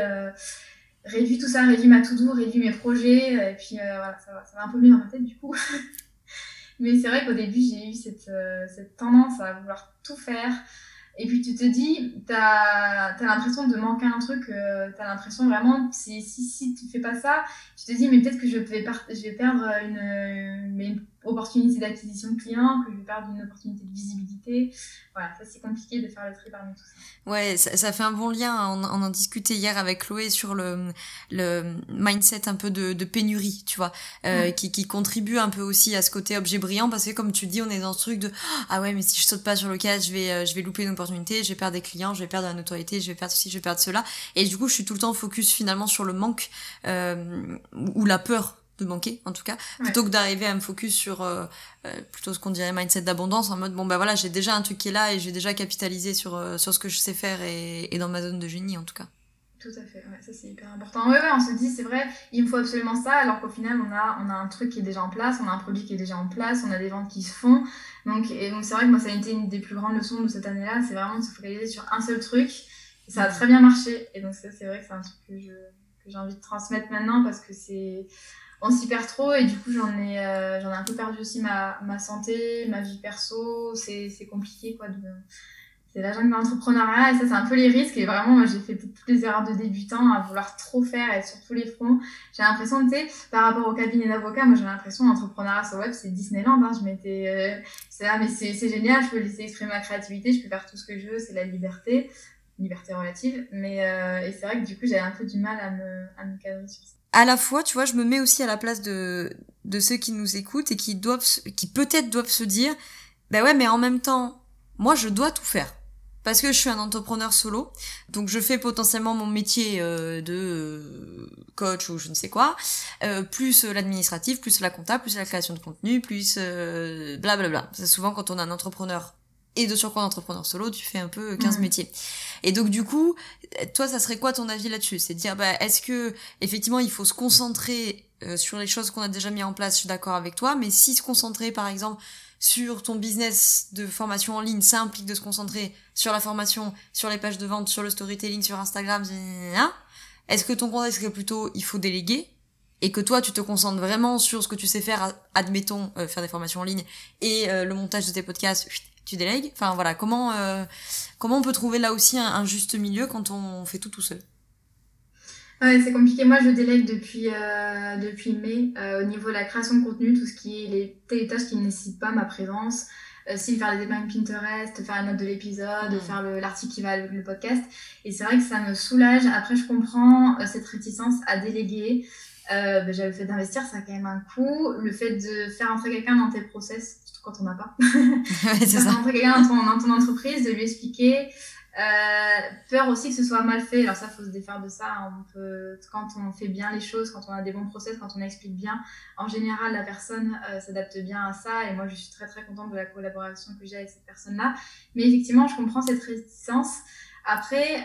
réduit tout ça, réduit ma to-do, réduit mes projets, et puis voilà, ça va un peu mieux dans ma tête du coup. Mais c'est vrai qu'au début, j'ai eu cette tendance à vouloir tout faire. Et puis tu te dis, t'as l'impression de manquer un truc, t'as l'impression vraiment, si tu fais pas ça, tu te dis, mais peut-être que je vais perdre opportunité d'acquisition de clients, que je vais perdre une opportunité de visibilité. Voilà, ça c'est compliqué de faire le tri parmi tout ça. Ouais, ça fait un bon lien. On en discutait hier avec Chloé sur le mindset un peu de pénurie, tu vois, qui contribue un peu aussi à ce côté objet brillant, parce que comme tu dis, on est dans ce truc de ah ouais, mais si je saute pas sur le cas, je vais louper une opportunité, je vais perdre des clients, je vais perdre de la notoriété, je vais perdre ceci, je vais perdre cela. Et du coup, je suis tout le temps focus finalement sur le manque ou la peur de manquer en tout cas, plutôt que d'arriver à me focus sur plutôt ce qu'on dirait mindset d'abondance, en mode bon bah voilà, j'ai déjà un truc qui est là et j'ai déjà capitalisé sur ce que je sais faire et dans ma zone de génie en tout cas. Tout à fait, ouais, ça c'est hyper important. Ouais, on se dit c'est vrai, il me faut absolument ça, alors qu'au final on a un truc qui est déjà en place, on a un produit qui est déjà en place, on a des ventes qui se font. Donc c'est vrai que moi ça a été une des plus grandes leçons de cette année-là, c'est vraiment de se focaliser sur un seul truc. Et ça a très bien marché. Et donc ça c'est vrai que c'est un truc que j'ai envie de transmettre maintenant parce que on s'y perd trop et du coup j'en ai un peu perdu aussi ma santé, ma vie perso, c'est compliqué quoi c'est la jungle de l'entrepreneuriat et ça c'est un peu les risques et vraiment moi j'ai fait toutes les erreurs de débutant à vouloir trop faire et être sur tous les fronts. J'ai l'impression tu sais par rapport au cabinet d'avocats, moi j'ai l'impression l'entrepreneuriat sur web c'est Disneyland, hein. Je m'étais c'est là mais c'est génial, je peux laisser exprimer ma créativité, je peux faire tout ce que je veux, c'est la liberté relative mais et c'est vrai que du coup j'avais un peu du mal à me cadrer sur ça. À la fois, tu vois, je me mets aussi à la place de ceux qui nous écoutent et qui peut-être doivent se dire, bah ouais, mais en même temps, moi, je dois tout faire. Parce que je suis un entrepreneur solo, donc je fais potentiellement mon métier de coach ou je ne sais quoi, plus l'administratif, plus la compta, plus la création de contenu, plus blablabla. C'est souvent quand on est un entrepreneur et de surcroît un entrepreneur solo, tu fais un peu 15 métiers. Et donc du coup, toi, ça serait quoi ton avis là-dessus? C'est de dire, bah, est-ce que effectivement il faut se concentrer sur les choses qu'on a déjà mis en place, je suis d'accord avec toi, mais si se concentrer par exemple sur ton business de formation en ligne, ça implique de se concentrer sur la formation, sur les pages de vente, sur le storytelling, sur Instagram, est-ce que ton conseil serait plutôt il faut déléguer et que toi tu te concentres vraiment sur ce que tu sais faire, admettons faire des formations en ligne et le montage de tes podcasts, tu délègues? Enfin voilà, comment on peut trouver là aussi un juste milieu quand on fait tout seul? Ouais, c'est compliqué. Moi, je délègue depuis mai au niveau de la création de contenu, tout ce qui est les tâches qui ne nécessitent pas ma présence. Si faire les épingles Pinterest, faire la note de l'épisode, faire l'article qui va avec le podcast. Et c'est vrai que ça me soulage. Après, je comprends cette réticence à déléguer. J'avais le fait d'investir, ça a quand même un coût. Le fait de faire entrer quelqu'un dans tes process, surtout quand on n'a pas. Ouais, c'est ça. Faire entrer quelqu'un dans ton entreprise, de lui expliquer. Peur aussi que ce soit mal fait. Alors ça, faut se défaire de ça. Quand on fait bien les choses, quand on a des bons process, quand on explique bien, en général, la personne s'adapte bien à ça. Et moi, je suis très très contente de la collaboration que j'ai avec cette personne-là. Mais effectivement, je comprends cette réticence. Après,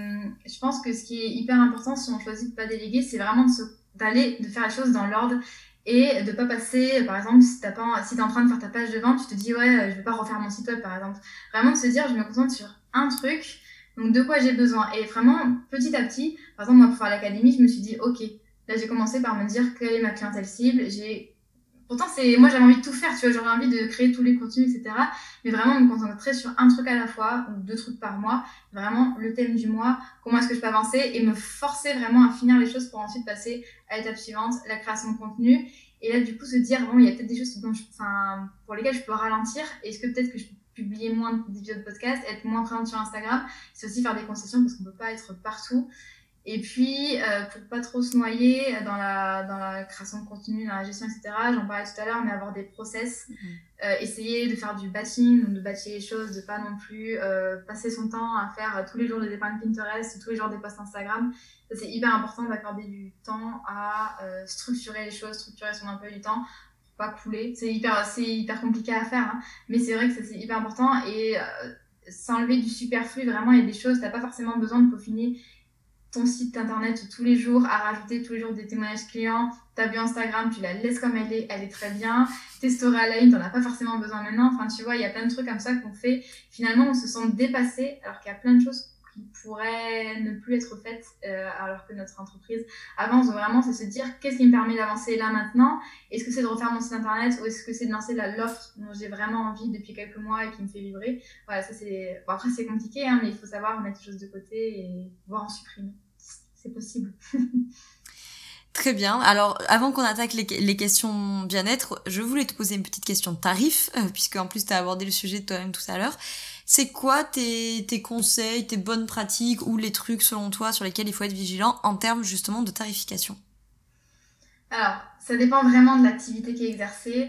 je pense que ce qui est hyper important si on choisit de pas déléguer, c'est vraiment de faire les choses dans l'ordre et de pas passer, par exemple, si t'es en train de faire ta page de vente, tu te dis ouais, je vais pas refaire mon site web par exemple. Vraiment de se dire, je me concentre sur un truc, donc de quoi j'ai besoin. Et vraiment, petit à petit, par exemple, moi pour faire l'académie, je me suis dit ok, là j'ai commencé par me dire quelle est ma clientèle cible. Pourtant, moi j'avais envie de tout faire, tu vois, j'aurais envie de créer tous les contenus, etc. Mais vraiment me concentrer sur un truc à la fois, ou 2 trucs par mois, vraiment le thème du mois, comment est-ce que je peux avancer et me forcer vraiment à finir les choses pour ensuite passer à l'étape suivante, la création de contenu. Et là, du coup, se dire, bon, il y a peut-être des choses pour lesquelles je peux ralentir. Est-ce que peut-être que je peux publier moins d'épisodes podcast, être moins présente sur Instagram, c'est aussi faire des concessions parce qu'on ne peut pas être partout. Et puis, pour pas trop se noyer dans la création de contenu, dans la gestion, etc., j'en parlais tout à l'heure, mais avoir des process, essayer de faire du batching, donc de batcher les choses, de pas non plus passer son temps à faire tous les jours des épingles Pinterest, tous les jours des posts Instagram. Ça, c'est hyper important d'accorder du temps à structurer les choses, structurer son emploi du temps pour pas couler. C'est hyper compliqué à faire, hein, mais c'est vrai que ça, c'est hyper important et s'enlever du superflu, vraiment, il y a des choses, t'as pas forcément besoin de peaufiner ton site internet tous les jours, à rajouter tous les jours des témoignages clients. Ta bio Instagram, tu la laisses comme elle est très bien. Tes stories à la une, t'en as pas forcément besoin maintenant. Enfin, tu vois, il y a plein de trucs comme ça qu'on fait. Finalement, on se sent dépassé, alors qu'il y a plein de choses qui pourraient ne plus être faites alors que notre entreprise avance. Donc vraiment, c'est se dire qu'est-ce qui me permet d'avancer là maintenant. Est-ce que c'est de refaire mon site internet ou est-ce que c'est de lancer l'offre dont j'ai vraiment envie depuis quelques mois et qui me fait vibrer. Voilà, ça c'est... Bon, après, c'est compliqué, hein, mais il faut savoir mettre les choses de côté et voir en supprimer. C'est possible. Très bien. Alors, avant qu'on attaque les questions bien-être, je voulais te poser une petite question de tarif, puisque en plus tu as abordé le sujet de toi-même tout à l'heure. C'est quoi tes conseils, tes bonnes pratiques ou les trucs selon toi sur lesquels il faut être vigilant en termes justement de tarification? Alors, ça dépend vraiment de l'activité qui est exercée.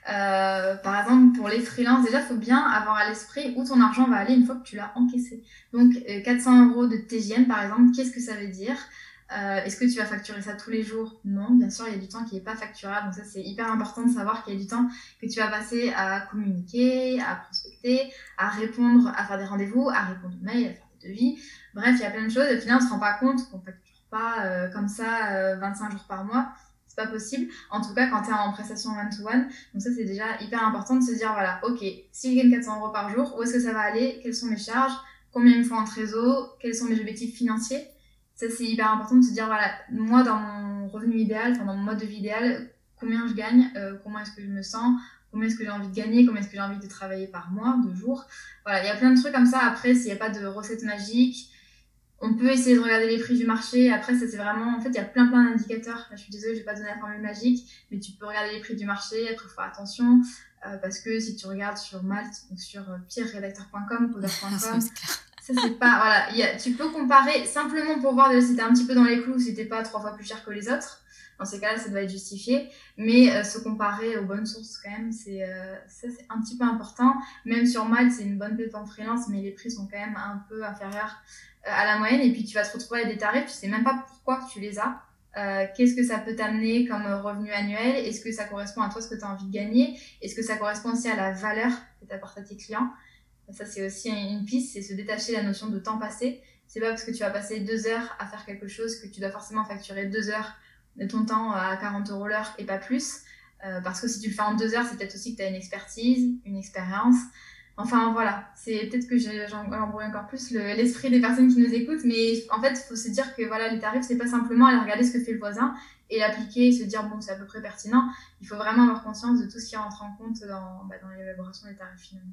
Par exemple, pour les freelances, déjà, il faut bien avoir à l'esprit où ton argent va aller une fois que tu l'as encaissé. Donc, 400 euros de TGM, par exemple, qu'est-ce que ça veut dire? Est-ce que tu vas facturer ça tous les jours? Non, bien sûr, il y a du temps qui n'est pas facturable. Donc ça, c'est hyper important de savoir qu'il y a du temps que tu vas passer à communiquer, à prospecter, à répondre, à faire des rendez-vous, à répondre aux mails, à faire des devis. Bref, il y a plein de choses. Et au final, on ne se rend pas compte qu'on ne facture pas comme ça 25 jours par mois. C'est pas possible. En tout cas, quand tu es en prestation one-to-one. Donc ça, c'est déjà hyper important de se dire, voilà, ok, si je gagne 400 euros par jour, où est-ce que ça va aller? Quelles sont mes charges? Combien il me faut en trésor? Quels sont mes objectifs financiers? Ça, c'est hyper important de se dire, voilà, moi, dans mon revenu idéal, enfin, dans mon mode de vie idéal, combien je gagne, comment est-ce que je me sens, combien est-ce que j'ai envie de gagner, combien est-ce que j'ai envie de travailler par mois, de jours. Voilà, il y a plein de trucs comme ça. Après, s'il n'y a pas de recette magique, on peut essayer de regarder les prix du marché. Après, ça, c'est vraiment... En fait, il y a plein d'indicateurs. Là, je suis désolée, je ne vais pas donner la formule magique, mais tu peux regarder les prix du marché. Après, il faut faire attention, parce que si tu regardes sur Malte ou sur pierreredacteur.com, coder.com, ça, c'est pas... Voilà, tu peux comparer simplement pour voir si t'es un petit peu dans les clous, si t'es pas 3 fois plus cher que les autres. Dans ces cas-là, ça doit être justifié. Mais se comparer aux bonnes sources, quand même, ça, c'est un petit peu important. Même sur Malte, c'est une bonne plateforme freelance, mais les prix sont quand même un peu inférieurs à la moyenne. Et puis, tu vas te retrouver avec des tarifs, tu sais même pas pourquoi tu les as. Qu'est-ce que ça peut t'amener comme revenu annuel? Est-ce que ça correspond à toi, ce que tu as envie de gagner? Est-ce que ça correspond aussi à la valeur que tu apportes à tes clients? Ça, c'est aussi une piste, c'est se détacher de la notion de temps passé. C'est pas parce que tu vas passer 2 heures à faire quelque chose que tu dois forcément facturer 2 heures de ton temps à 40 € l'heure et pas plus. Parce que si tu le fais en 2 heures, c'est peut-être aussi que tu as une expertise, une expérience. Enfin, voilà. C'est peut-être que j'embrouille encore plus l'esprit des personnes qui nous écoutent. Mais en fait, il faut se dire que voilà, les tarifs, c'est pas simplement aller regarder ce que fait le voisin et l'appliquer et se dire, bon, c'est à peu près pertinent. Il faut vraiment avoir conscience de tout ce qui rentre en compte dans l'élaboration des tarifs finalement.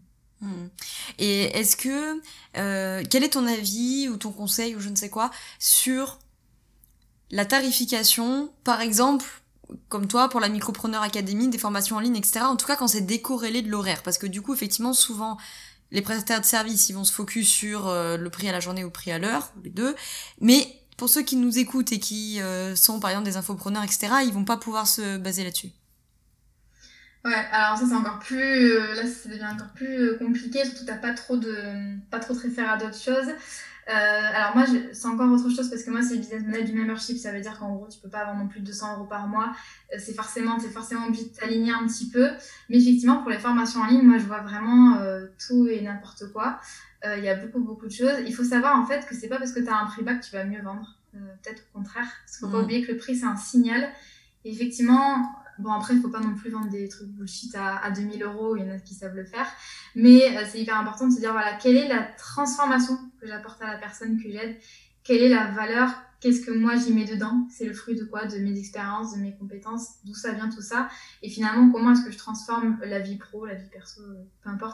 Et est-ce que quel est ton avis ou ton conseil ou je ne sais quoi sur la tarification, par exemple, comme toi pour la Micropreneur Academy, des formations en ligne, etc. En tout cas quand c'est décorrélé de l'horaire, parce que du coup effectivement souvent les prestataires de services ils vont se focus sur le prix à la journée ou le prix à l'heure, ou les deux, mais pour ceux qui nous écoutent et qui sont par exemple des infopreneurs, etc., ils vont pas pouvoir se baser là-dessus. Ouais, alors ça c'est encore plus, là ça devient encore plus compliqué, surtout t'as pas trop te référer à d'autres choses. Alors moi c'est encore autre chose parce que moi c'est le business model du membership, ça veut dire qu'en gros tu peux pas avoir non plus 200 € par mois, t'es forcément obligé de t'aligner un petit peu, mais effectivement pour les formations en ligne, moi je vois vraiment tout et n'importe quoi. Il y a beaucoup de choses. Il faut savoir en fait que c'est pas parce que t'as un prix bas que tu vas mieux vendre, peut-être au contraire, parce qu'il faut pas oublier que le prix c'est un signal. Et effectivement, bon après il faut pas non plus vendre des trucs bullshit à 2000 €, il y en a qui savent le faire, mais c'est hyper important de se dire voilà, quelle est la transformation que j'apporte à la personne que j'aide, quelle est la valeur, qu'est-ce que moi j'y mets dedans, c'est le fruit de quoi, de mes expériences, de mes compétences, d'où ça vient tout ça, et finalement comment est-ce que je transforme la vie pro, la vie perso, peu importe,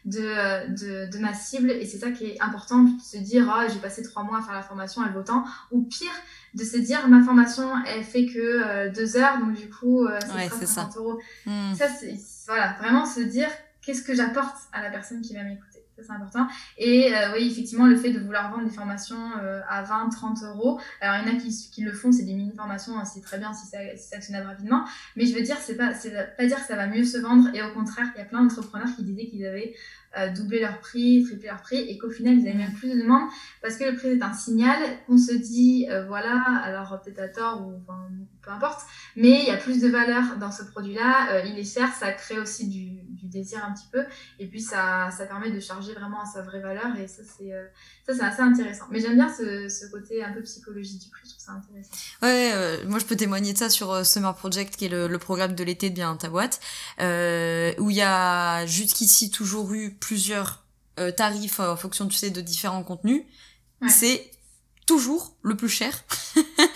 de ma cible. Et c'est ça qui est important, de se dire oh, j'ai passé 3 mois à faire la formation, elle vaut tant, ou pire, de se dire ma formation elle fait que 2 heures, donc du coup c'est 50 €. Ça c'est voilà, vraiment se dire qu'est-ce que j'apporte à la personne qui va m'écouter. Ça, c'est important. Et oui, effectivement, le fait de vouloir vendre des formations à 20, 30 €. Alors, il y en a qui le font, c'est des mini-formations, c'est très bien si c'est actionnable rapidement. Mais je veux dire, c'est pas dire que ça va mieux se vendre. Et au contraire, il y a plein d'entrepreneurs qui disaient qu'ils avaient doublé leur prix, triplé leur prix, et qu'au final, ils avaient même plus de demandes parce que le prix est un signal. On se dit, voilà, alors peut-être à tort ou enfin, peu importe, mais il y a plus de valeur dans ce produit-là. Il est cher, ça crée aussi du désir un petit peu. Et puis, ça permet de charger vraiment à sa vraie valeur. Et ça, c'est assez intéressant. Mais j'aime bien ce côté un peu psychologie du prix. Je trouve ça intéressant. Ouais, moi, je peux témoigner de ça sur Summer Project, qui est le programme de l'été de Bien ta boîte, où il y a jusqu'ici toujours eu plusieurs tarifs en fonction, tu sais, de différents contenus. Ouais. C'est toujours le plus cher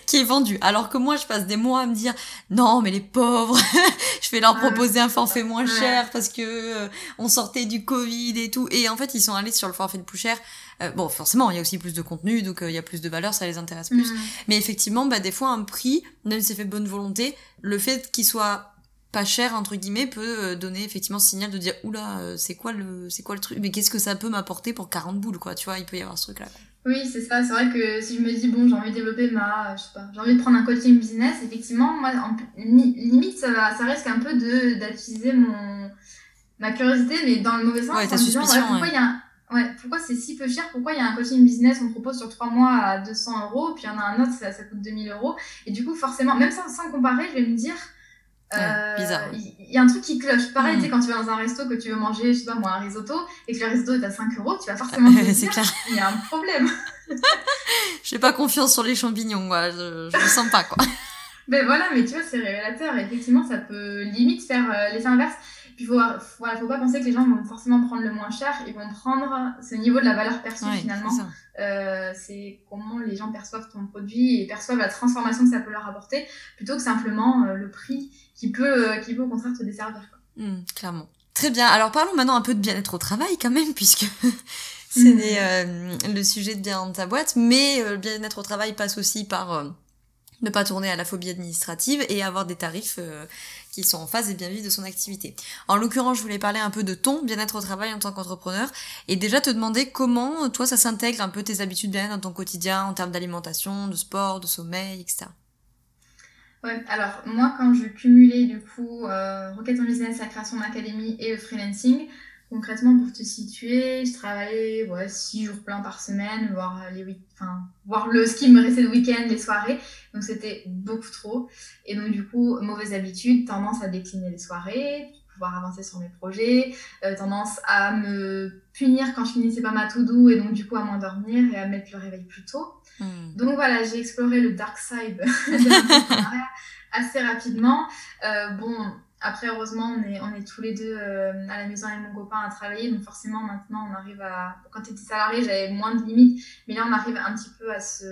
qui est vendu. Alors que moi, je passe des mois à me dire, non, mais les pauvres, je vais leur proposer un forfait moins cher parce que on sortait du Covid et tout. Et en fait, ils sont allés sur le forfait le plus cher. Bon, forcément, il y a aussi plus de contenu, donc il y a plus de valeur, ça les intéresse plus. Mais effectivement, des fois, un prix, même si c'est fait de bonne volonté, le fait qu'il soit pas cher entre guillemets peut donner effectivement ce signal de dire oula, c'est quoi le truc, mais qu'est-ce que ça peut m'apporter pour 40 boules, quoi, tu vois, il peut y avoir ce truc là. Oui, c'est ça. C'est vrai que si je me dis, bon, j'ai envie de développer je sais pas, j'ai envie de prendre un coaching business, effectivement, moi, limite, ça risque un peu d'attiser ma curiosité, mais dans le mauvais sens, ouais, en me disant, pourquoi il y a pourquoi c'est si peu cher, pourquoi il y a un coaching business, on propose sur 3 mois à 200 €, puis il y en a un autre, ça coûte 2000 €. Et du coup, forcément, même sans comparer, je vais me dire, bizarre. Il y a un truc qui cloche. Pareil, tu sais, quand tu vas dans un resto, que tu veux manger, je sais pas moi, un risotto, et que le risotto est à 5 €, tu vas forcément te dire, clair. Il y a un problème. Ben voilà, mais tu vois, c'est révélateur. Et effectivement, ça peut limite faire l'effet inverse. Puis faut pas penser que les gens vont forcément prendre le moins cher. Ils vont prendre ce niveau de la valeur perçue finalement. C'est comment les gens perçoivent ton produit et perçoivent la transformation que ça peut leur apporter, plutôt que simplement le prix qui peut au contraire te desservir, quoi. Clairement. Très bien. Alors parlons maintenant un peu de bien-être au travail quand même, puisque c'est le sujet de bien dans ta boîte. Mais le bien-être au travail passe aussi par ne pas tourner à la phobie administrative et avoir des tarifs qui sont en phase et bien vivre de son activité. En l'occurrence, je voulais parler un peu de ton bien-être au travail en tant qu'entrepreneur et déjà te demander comment toi ça s'intègre un peu tes habitudes bien dans ton quotidien en termes d'alimentation, de sport, de sommeil, etc. Ouais, alors moi quand je cumulais du coup Rocket en Business, la création d'académie et le freelancing, concrètement pour te situer, je travaillais 6 jours pleins par semaine, voire ce qui me restait de week-end, les soirées, donc c'était beaucoup trop. Et donc du coup, mauvaise habitude, tendance à décliner les soirées, pour pouvoir avancer sur mes projets, tendance à me punir quand je finissais pas ma to-do et donc du coup à m'endormir et à mettre le réveil plus tôt. Donc voilà, j'ai exploré le dark side de l'entrepreneuriat assez rapidement. Après, heureusement, on est tous les deux à la maison avec mon copain à travailler. Donc forcément, maintenant, on arrive à... Quand tu étais salarié, j'avais moins de limites. Mais là, on arrive un petit peu à se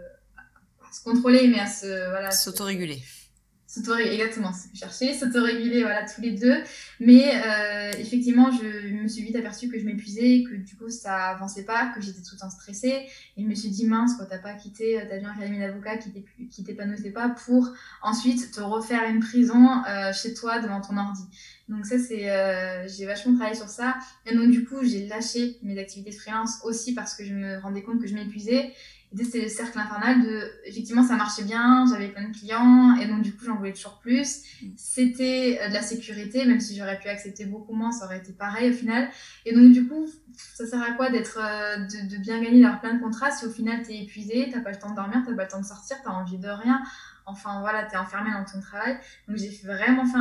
contrôler, mais à s'autoréguler. Exactement, c'est ce que je cherchais, s'autoréguler, tous les deux. Mais effectivement, je me suis vite aperçue que je m'épuisais, que du coup, ça avançait pas, que j'étais tout le temps stressée. Et je me suis dit, mince, quoi, t'as pas quitté ta vie en académie d'avocat qui t'épanouissait pas pour ensuite te refaire une prison chez toi devant ton ordi. Donc ça, j'ai vachement travaillé sur ça. Et donc du coup, j'ai lâché mes activités de freelance aussi parce que je me rendais compte que je m'épuisais. C'était le cercle infernal effectivement, ça marchait bien, j'avais plein de clients, et donc du coup, j'en voulais toujours plus. C'était de la sécurité, même si j'aurais pu accepter beaucoup moins, ça aurait été pareil au final. Et donc du coup, ça sert à quoi de bien gagner, d'avoir plein de contrats, si au final t'es épuisé, t'as pas le temps de dormir, t'as pas le temps de sortir, t'as envie de rien. Enfin voilà, t'es enfermé dans ton travail. Donc j'ai vraiment fait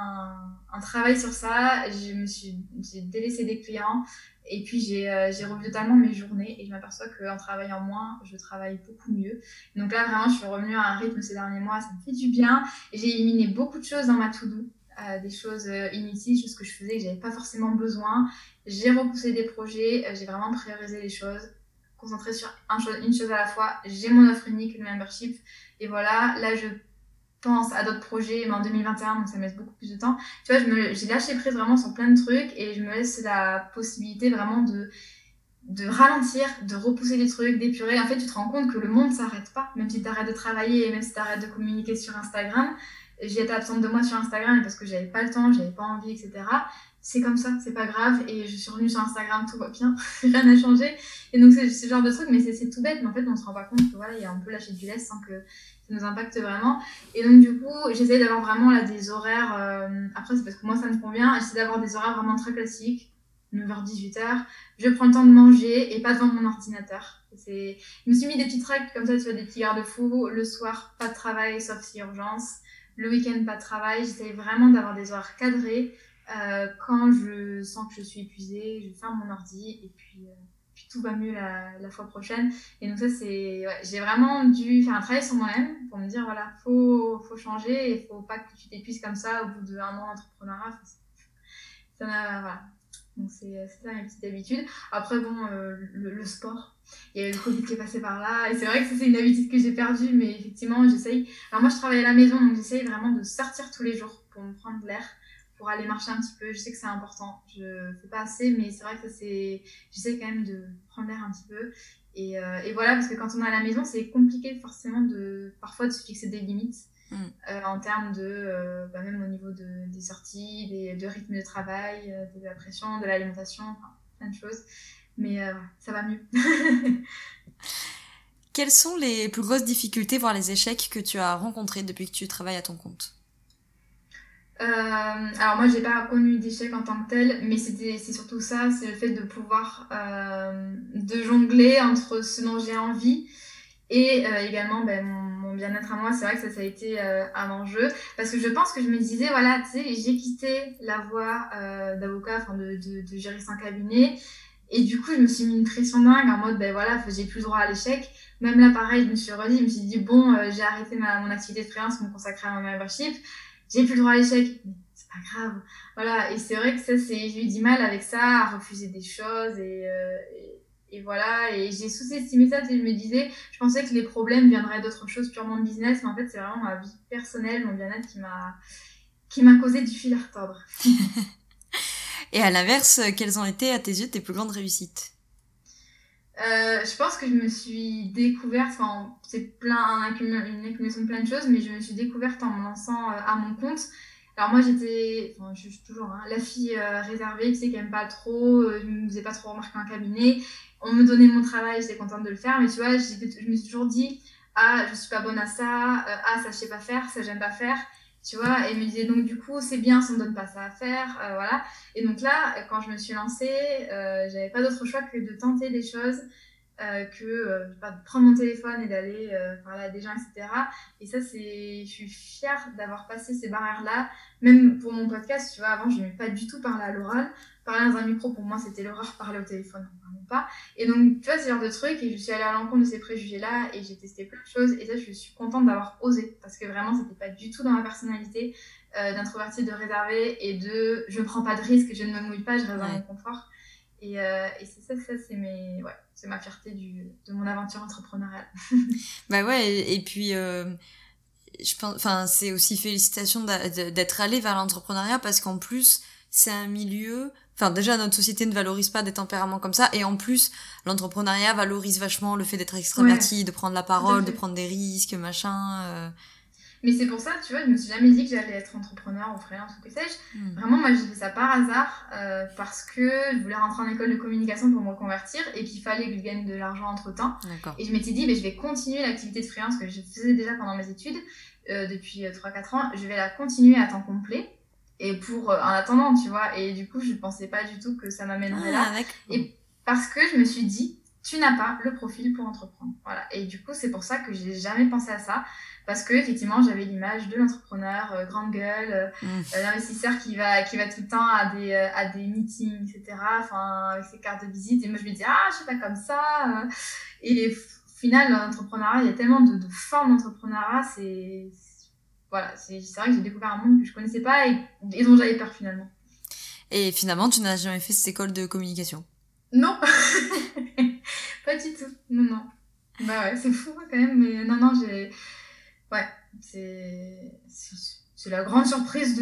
un travail sur ça. J'ai délaissé des clients. Et puis j'ai revu totalement mes journées et je m'aperçois qu'en travaillant moins, je travaille beaucoup mieux. Donc là vraiment, je suis revenue à un rythme ces derniers mois, ça me fait du bien. Et j'ai éliminé beaucoup de choses dans ma to-do, des choses inutiles, des choses que je faisais que j'avais pas forcément besoin. J'ai repoussé des projets, j'ai vraiment priorisé les choses, concentré sur une chose à la fois. J'ai mon offre unique, le membership. Et voilà, là je pense à d'autres projets, mais en 2021, donc ça me laisse beaucoup plus de temps. Tu vois, j'ai lâché prise vraiment sur plein de trucs et je me laisse la possibilité vraiment de ralentir, de repousser les trucs, d'épurer. En fait, tu te rends compte que le monde s'arrête pas, même si tu arrêtes de travailler et même si tu arrêtes de communiquer sur Instagram. J'ai été absente de moi sur Instagram parce que j'avais pas le temps, j'avais pas envie, etc. C'est comme ça, c'est pas grave. Et je suis revenue sur Instagram, tout va bien, rien n'a changé. Et donc, c'est ce genre de truc, mais c'est tout bête. Mais en fait, on se rend pas compte que voilà, on peut lâcher du lest sans que ça nous impacte vraiment. Et donc, du coup, j'essaie d'avoir vraiment là des horaires. Après, c'est parce que moi, ça me convient. J'essaie d'avoir des horaires vraiment très classiques, 9h-18h. Je prends le temps de manger et pas devant mon ordinateur. Je me suis mis des petites règles comme ça, tu vois, des petits garde-fous. Le soir, pas de travail, sauf si urgence. Le week-end, pas de travail. J'essaie vraiment d'avoir des horaires cadrés. Quand je sens que je suis épuisée, je ferme mon ordi et puis tout va mieux la fois prochaine. Et donc ça, j'ai vraiment dû faire un travail sur moi-même pour me dire, voilà, faut changer et faut pas que tu t'épuises comme ça au bout d'1 an d'entrepreneuriat. Voilà. Donc c'est ça mes petites habitudes. Après bon, le sport, il y a eu le Covid qui est passé par là et c'est vrai que ça, c'est une habitude que j'ai perdue, mais effectivement j'essaye. Alors moi je travaille à la maison donc j'essaye vraiment de sortir tous les jours pour me prendre de l'air, pour aller marcher un petit peu. Je sais que c'est important, je fais pas assez, mais c'est vrai que ça c'est, j'essaie quand même de prendre l'air un petit peu. Et voilà, parce que quand on est à la maison, c'est compliqué forcément parfois de se fixer des limites en termes même au niveau des sorties, de rythme de travail, de la pression, de l'alimentation, enfin, plein de choses. Mais ça va mieux. Quelles sont les plus grosses difficultés, voire les échecs que tu as rencontrés depuis que tu travailles à ton compte? Alors moi j'ai pas connu d'échec en tant que tel, mais c'est surtout ça, c'est le fait de pouvoir de jongler entre ce dont j'ai envie et également mon bien-être à moi. C'est vrai que ça a été un enjeu parce que je pense que je me disais voilà, tu sais, j'ai quitté la voie d'avocat, enfin de juriste en cabinet, et du coup je me suis mis une pression dingue en mode ben voilà, j'ai plus le droit à l'échec. Même là pareil, je me suis redit, je me suis dit bon, j'ai arrêté mon activité de freelance pour me consacrer à mon membership, j'ai plus le droit à l'échec, mais c'est pas grave. Voilà, et c'est vrai que j'ai eu du mal avec ça, à refuser des choses, et voilà, et j'ai sous-estimé ça, et je me disais, je pensais que les problèmes viendraient d'autre chose, purement de business, mais en fait, c'est vraiment ma vie personnelle, mon bien-être qui m'a causé du fil à retordre. Et à l'inverse, quelles ont été à tes yeux tes plus grandes réussites? Je pense que je me suis découverte, enfin, c'est une accumulation de plein de choses, mais je me suis découverte en me lançant à mon compte. Alors moi je suis toujours la fille réservée, tu sais, qui aime pas trop, je me faisais pas trop remarquer en cabinet. On me donnait mon travail, j'étais contente de le faire, mais tu vois, je me suis toujours dit, ah, je suis pas bonne à ça, ah, ça je sais pas faire, ça j'aime pas faire, tu vois, et me disait donc du coup, c'est bien si on me donne pas ça à faire, voilà. Et donc là, quand je me suis lancée, j'avais pas d'autre choix que de tenter des choses, de prendre mon téléphone et d'aller parler à des gens, etc. Et ça, je suis fière d'avoir passé ces barrières-là. Même pour mon podcast, tu vois, avant, je n'aimais pas du tout parler à l'oral. Parler dans un micro, pour moi, c'était l'horreur. Parler au téléphone, vraiment pas. Et donc, tu vois, ce genre de trucs, et je suis allée à l'encontre de ces préjugés-là, et j'ai testé plein de choses. Et ça, je suis contente d'avoir osé, parce que vraiment, c'était pas du tout dans ma personnalité d'introvertie, de réservée, et je ne prends pas de risques, je ne me mouille pas, je reste dans mon confort. Et c'est ça, c'est ma fierté de mon aventure entrepreneuriale. Bah ouais, et puis je pense, enfin, c'est aussi félicitations d'être allé vers l'entrepreneuriat parce qu'en plus, c'est un milieu, enfin, déjà, notre société ne valorise pas des tempéraments comme ça, et en plus, l'entrepreneuriat valorise vachement le fait d'être extraverti, de prendre la parole, de prendre des risques, machin. Mais c'est pour ça, tu vois, je me suis jamais dit que j'allais être entrepreneur ou freelance ou que sais-je. Vraiment, moi, j'ai fait ça par hasard parce que je voulais rentrer en école de communication pour me reconvertir et qu'il fallait que je gagne de l'argent entre-temps. Et je m'étais dit, je vais continuer l'activité de freelance que je faisais déjà pendant mes études depuis 3-4 ans. Je vais la continuer à temps complet. Et en attendant, tu vois. Et du coup, je pensais pas du tout que ça m'amènerait là. Et parce que je me suis dit, tu n'as pas le profil pour entreprendre. Voilà. Et du coup, c'est pour ça que j'ai jamais pensé à ça. Parce que effectivement, j'avais l'image de l'entrepreneur, grande gueule, l'investisseur qui va tout le temps à des meetings, etc. Enfin, avec ses cartes de visite. Et moi, je me dis, ah, je suis pas comme ça. Et au final, l'entrepreneuriat, il y a tellement de formes d'entrepreneuriat. Voilà, c'est vrai que j'ai découvert un monde que je connaissais pas et dont j'avais peur finalement. Et finalement, tu n'as jamais fait cette école de communication? Non, pas du tout. Non. Bah ouais, c'est fou quand même, mais non, ouais, c'est la grande surprise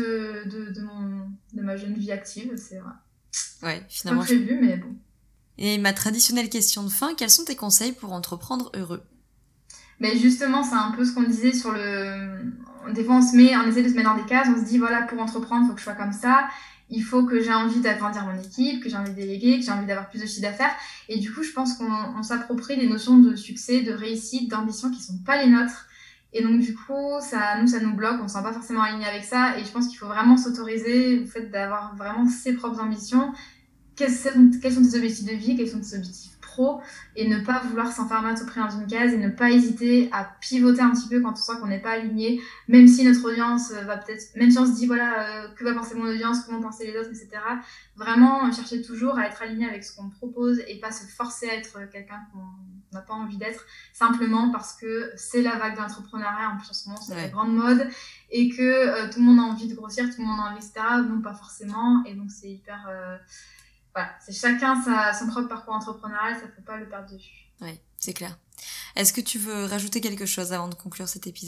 de ma jeune vie active, c'est vrai. Ouais, finalement. Pas prévu, mais bon. Et ma traditionnelle question de fin, quels sont tes conseils pour entreprendre heureux? Mais justement, c'est un peu ce qu'on disait sur des fois, on essaie de se mettre dans des cases, on se dit, voilà, pour entreprendre, il faut que je sois comme ça, il faut que j'ai envie d'agrandir mon équipe, que j'ai envie de déléguer, que j'ai envie d'avoir plus de chiffre d'affaires. Et du coup, je pense qu'on s'approprie des notions de succès, de réussite, d'ambition qui sont pas les nôtres. Et donc, du coup, ça nous bloque, on ne se sent pas forcément aligné avec ça. Et je pense qu'il faut vraiment s'autoriser le fait d'avoir vraiment ses propres ambitions. Quels sont tes objectifs de vie, quels sont tes objectifs pro, et ne pas vouloir s'enfermer à tout prix dans une case et ne pas hésiter à pivoter un petit peu quand on sent qu'on n'est pas aligné, même si notre audience va peut-être, même si on se dit voilà, que va penser mon audience, comment penser les autres, etc. Vraiment chercher toujours à être aligné avec ce qu'on propose et pas se forcer à être quelqu'un qu'on n'a pas envie d'être, simplement parce que c'est la vague de l'entrepreneuriat, en plus en ce moment c'est la grande mode, et que tout le monde a envie de grossir, tout le monde a envie, etc. Non, pas forcément, et donc c'est hyper voilà, c'est chacun son propre parcours entrepreneurial, ça ne faut pas le perdre de vue. Oui, c'est clair. Est-ce que tu veux rajouter quelque chose avant de conclure cet épisode ?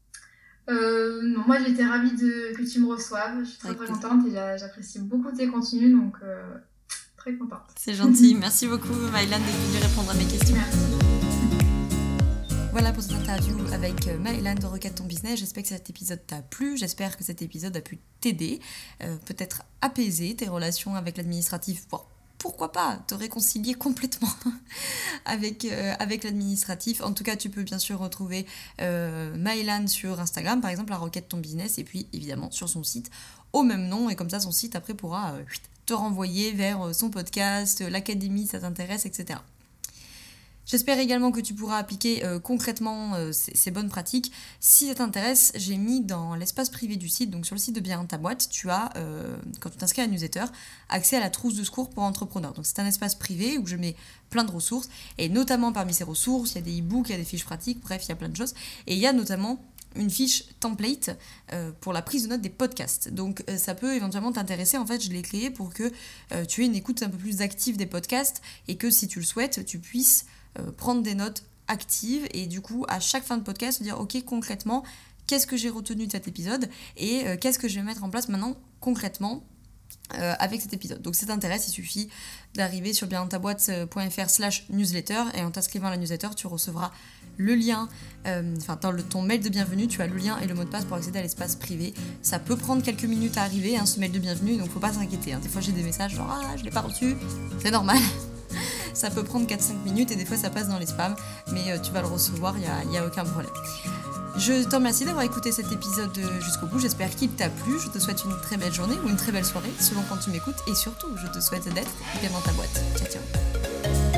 Non, moi j'ai été ravie que tu me reçoives, je suis très contente et j'apprécie beaucoup tes contenus, donc très contente. C'est gentil, merci beaucoup Maëlane d'être venue répondre à mes questions. Merci. Voilà pour cette interview avec Maëlane de Rocket Ton Business. J'espère que cet épisode t'a plu, j'espère que cet épisode a pu t'aider, peut-être apaiser tes relations avec l'administratif, pourquoi pas te réconcilier complètement avec l'administratif. En tout cas, tu peux bien sûr retrouver Maëlane sur Instagram, par exemple, à Rocket Ton Business, et puis évidemment sur son site au même nom, et comme ça son site après pourra te renvoyer vers son podcast, l'académie, ça t'intéresse, etc. J'espère également que tu pourras appliquer concrètement ces bonnes pratiques. Si ça t'intéresse, j'ai mis dans l'espace privé du site, donc sur le site de Bien dans ta boîte, tu as, quand tu t'inscris à la newsletter, accès à la trousse de secours pour entrepreneurs. Donc c'est un espace privé où je mets plein de ressources, et notamment parmi ces ressources, il y a des e-books, il y a des fiches pratiques, bref, il y a plein de choses. Et il y a notamment une fiche template pour la prise de notes des podcasts. Donc ça peut éventuellement t'intéresser. En fait, je l'ai créé pour que tu aies une écoute un peu plus active des podcasts et que si tu le souhaites, tu puisses prendre des notes actives et du coup à chaque fin de podcast dire ok, concrètement qu'est-ce que j'ai retenu de cet épisode et qu'est-ce que je vais mettre en place maintenant concrètement avec cet épisode. Donc si ça t'intéresse, il suffit d'arriver sur biendantaboîte.fr/newsletter et en t'inscrivant à la newsletter tu recevras le lien, dans ton mail de bienvenue tu as le lien et le mot de passe pour accéder à l'espace privé. Ça peut prendre quelques minutes à arriver ce mail de bienvenue, donc faut pas s'inquiéter, des fois j'ai des messages genre je l'ai pas reçu, c'est normal. Ça peut prendre 4-5 minutes et des fois ça passe dans les spams, mais tu vas le recevoir, il n'y a aucun problème. Je te remercie d'avoir écouté cet épisode jusqu'au bout, j'espère qu'il t'a plu, je te souhaite une très belle journée ou une très belle soirée selon quand tu m'écoutes et surtout je te souhaite d'être bien dans ta boîte. Ciao ciao.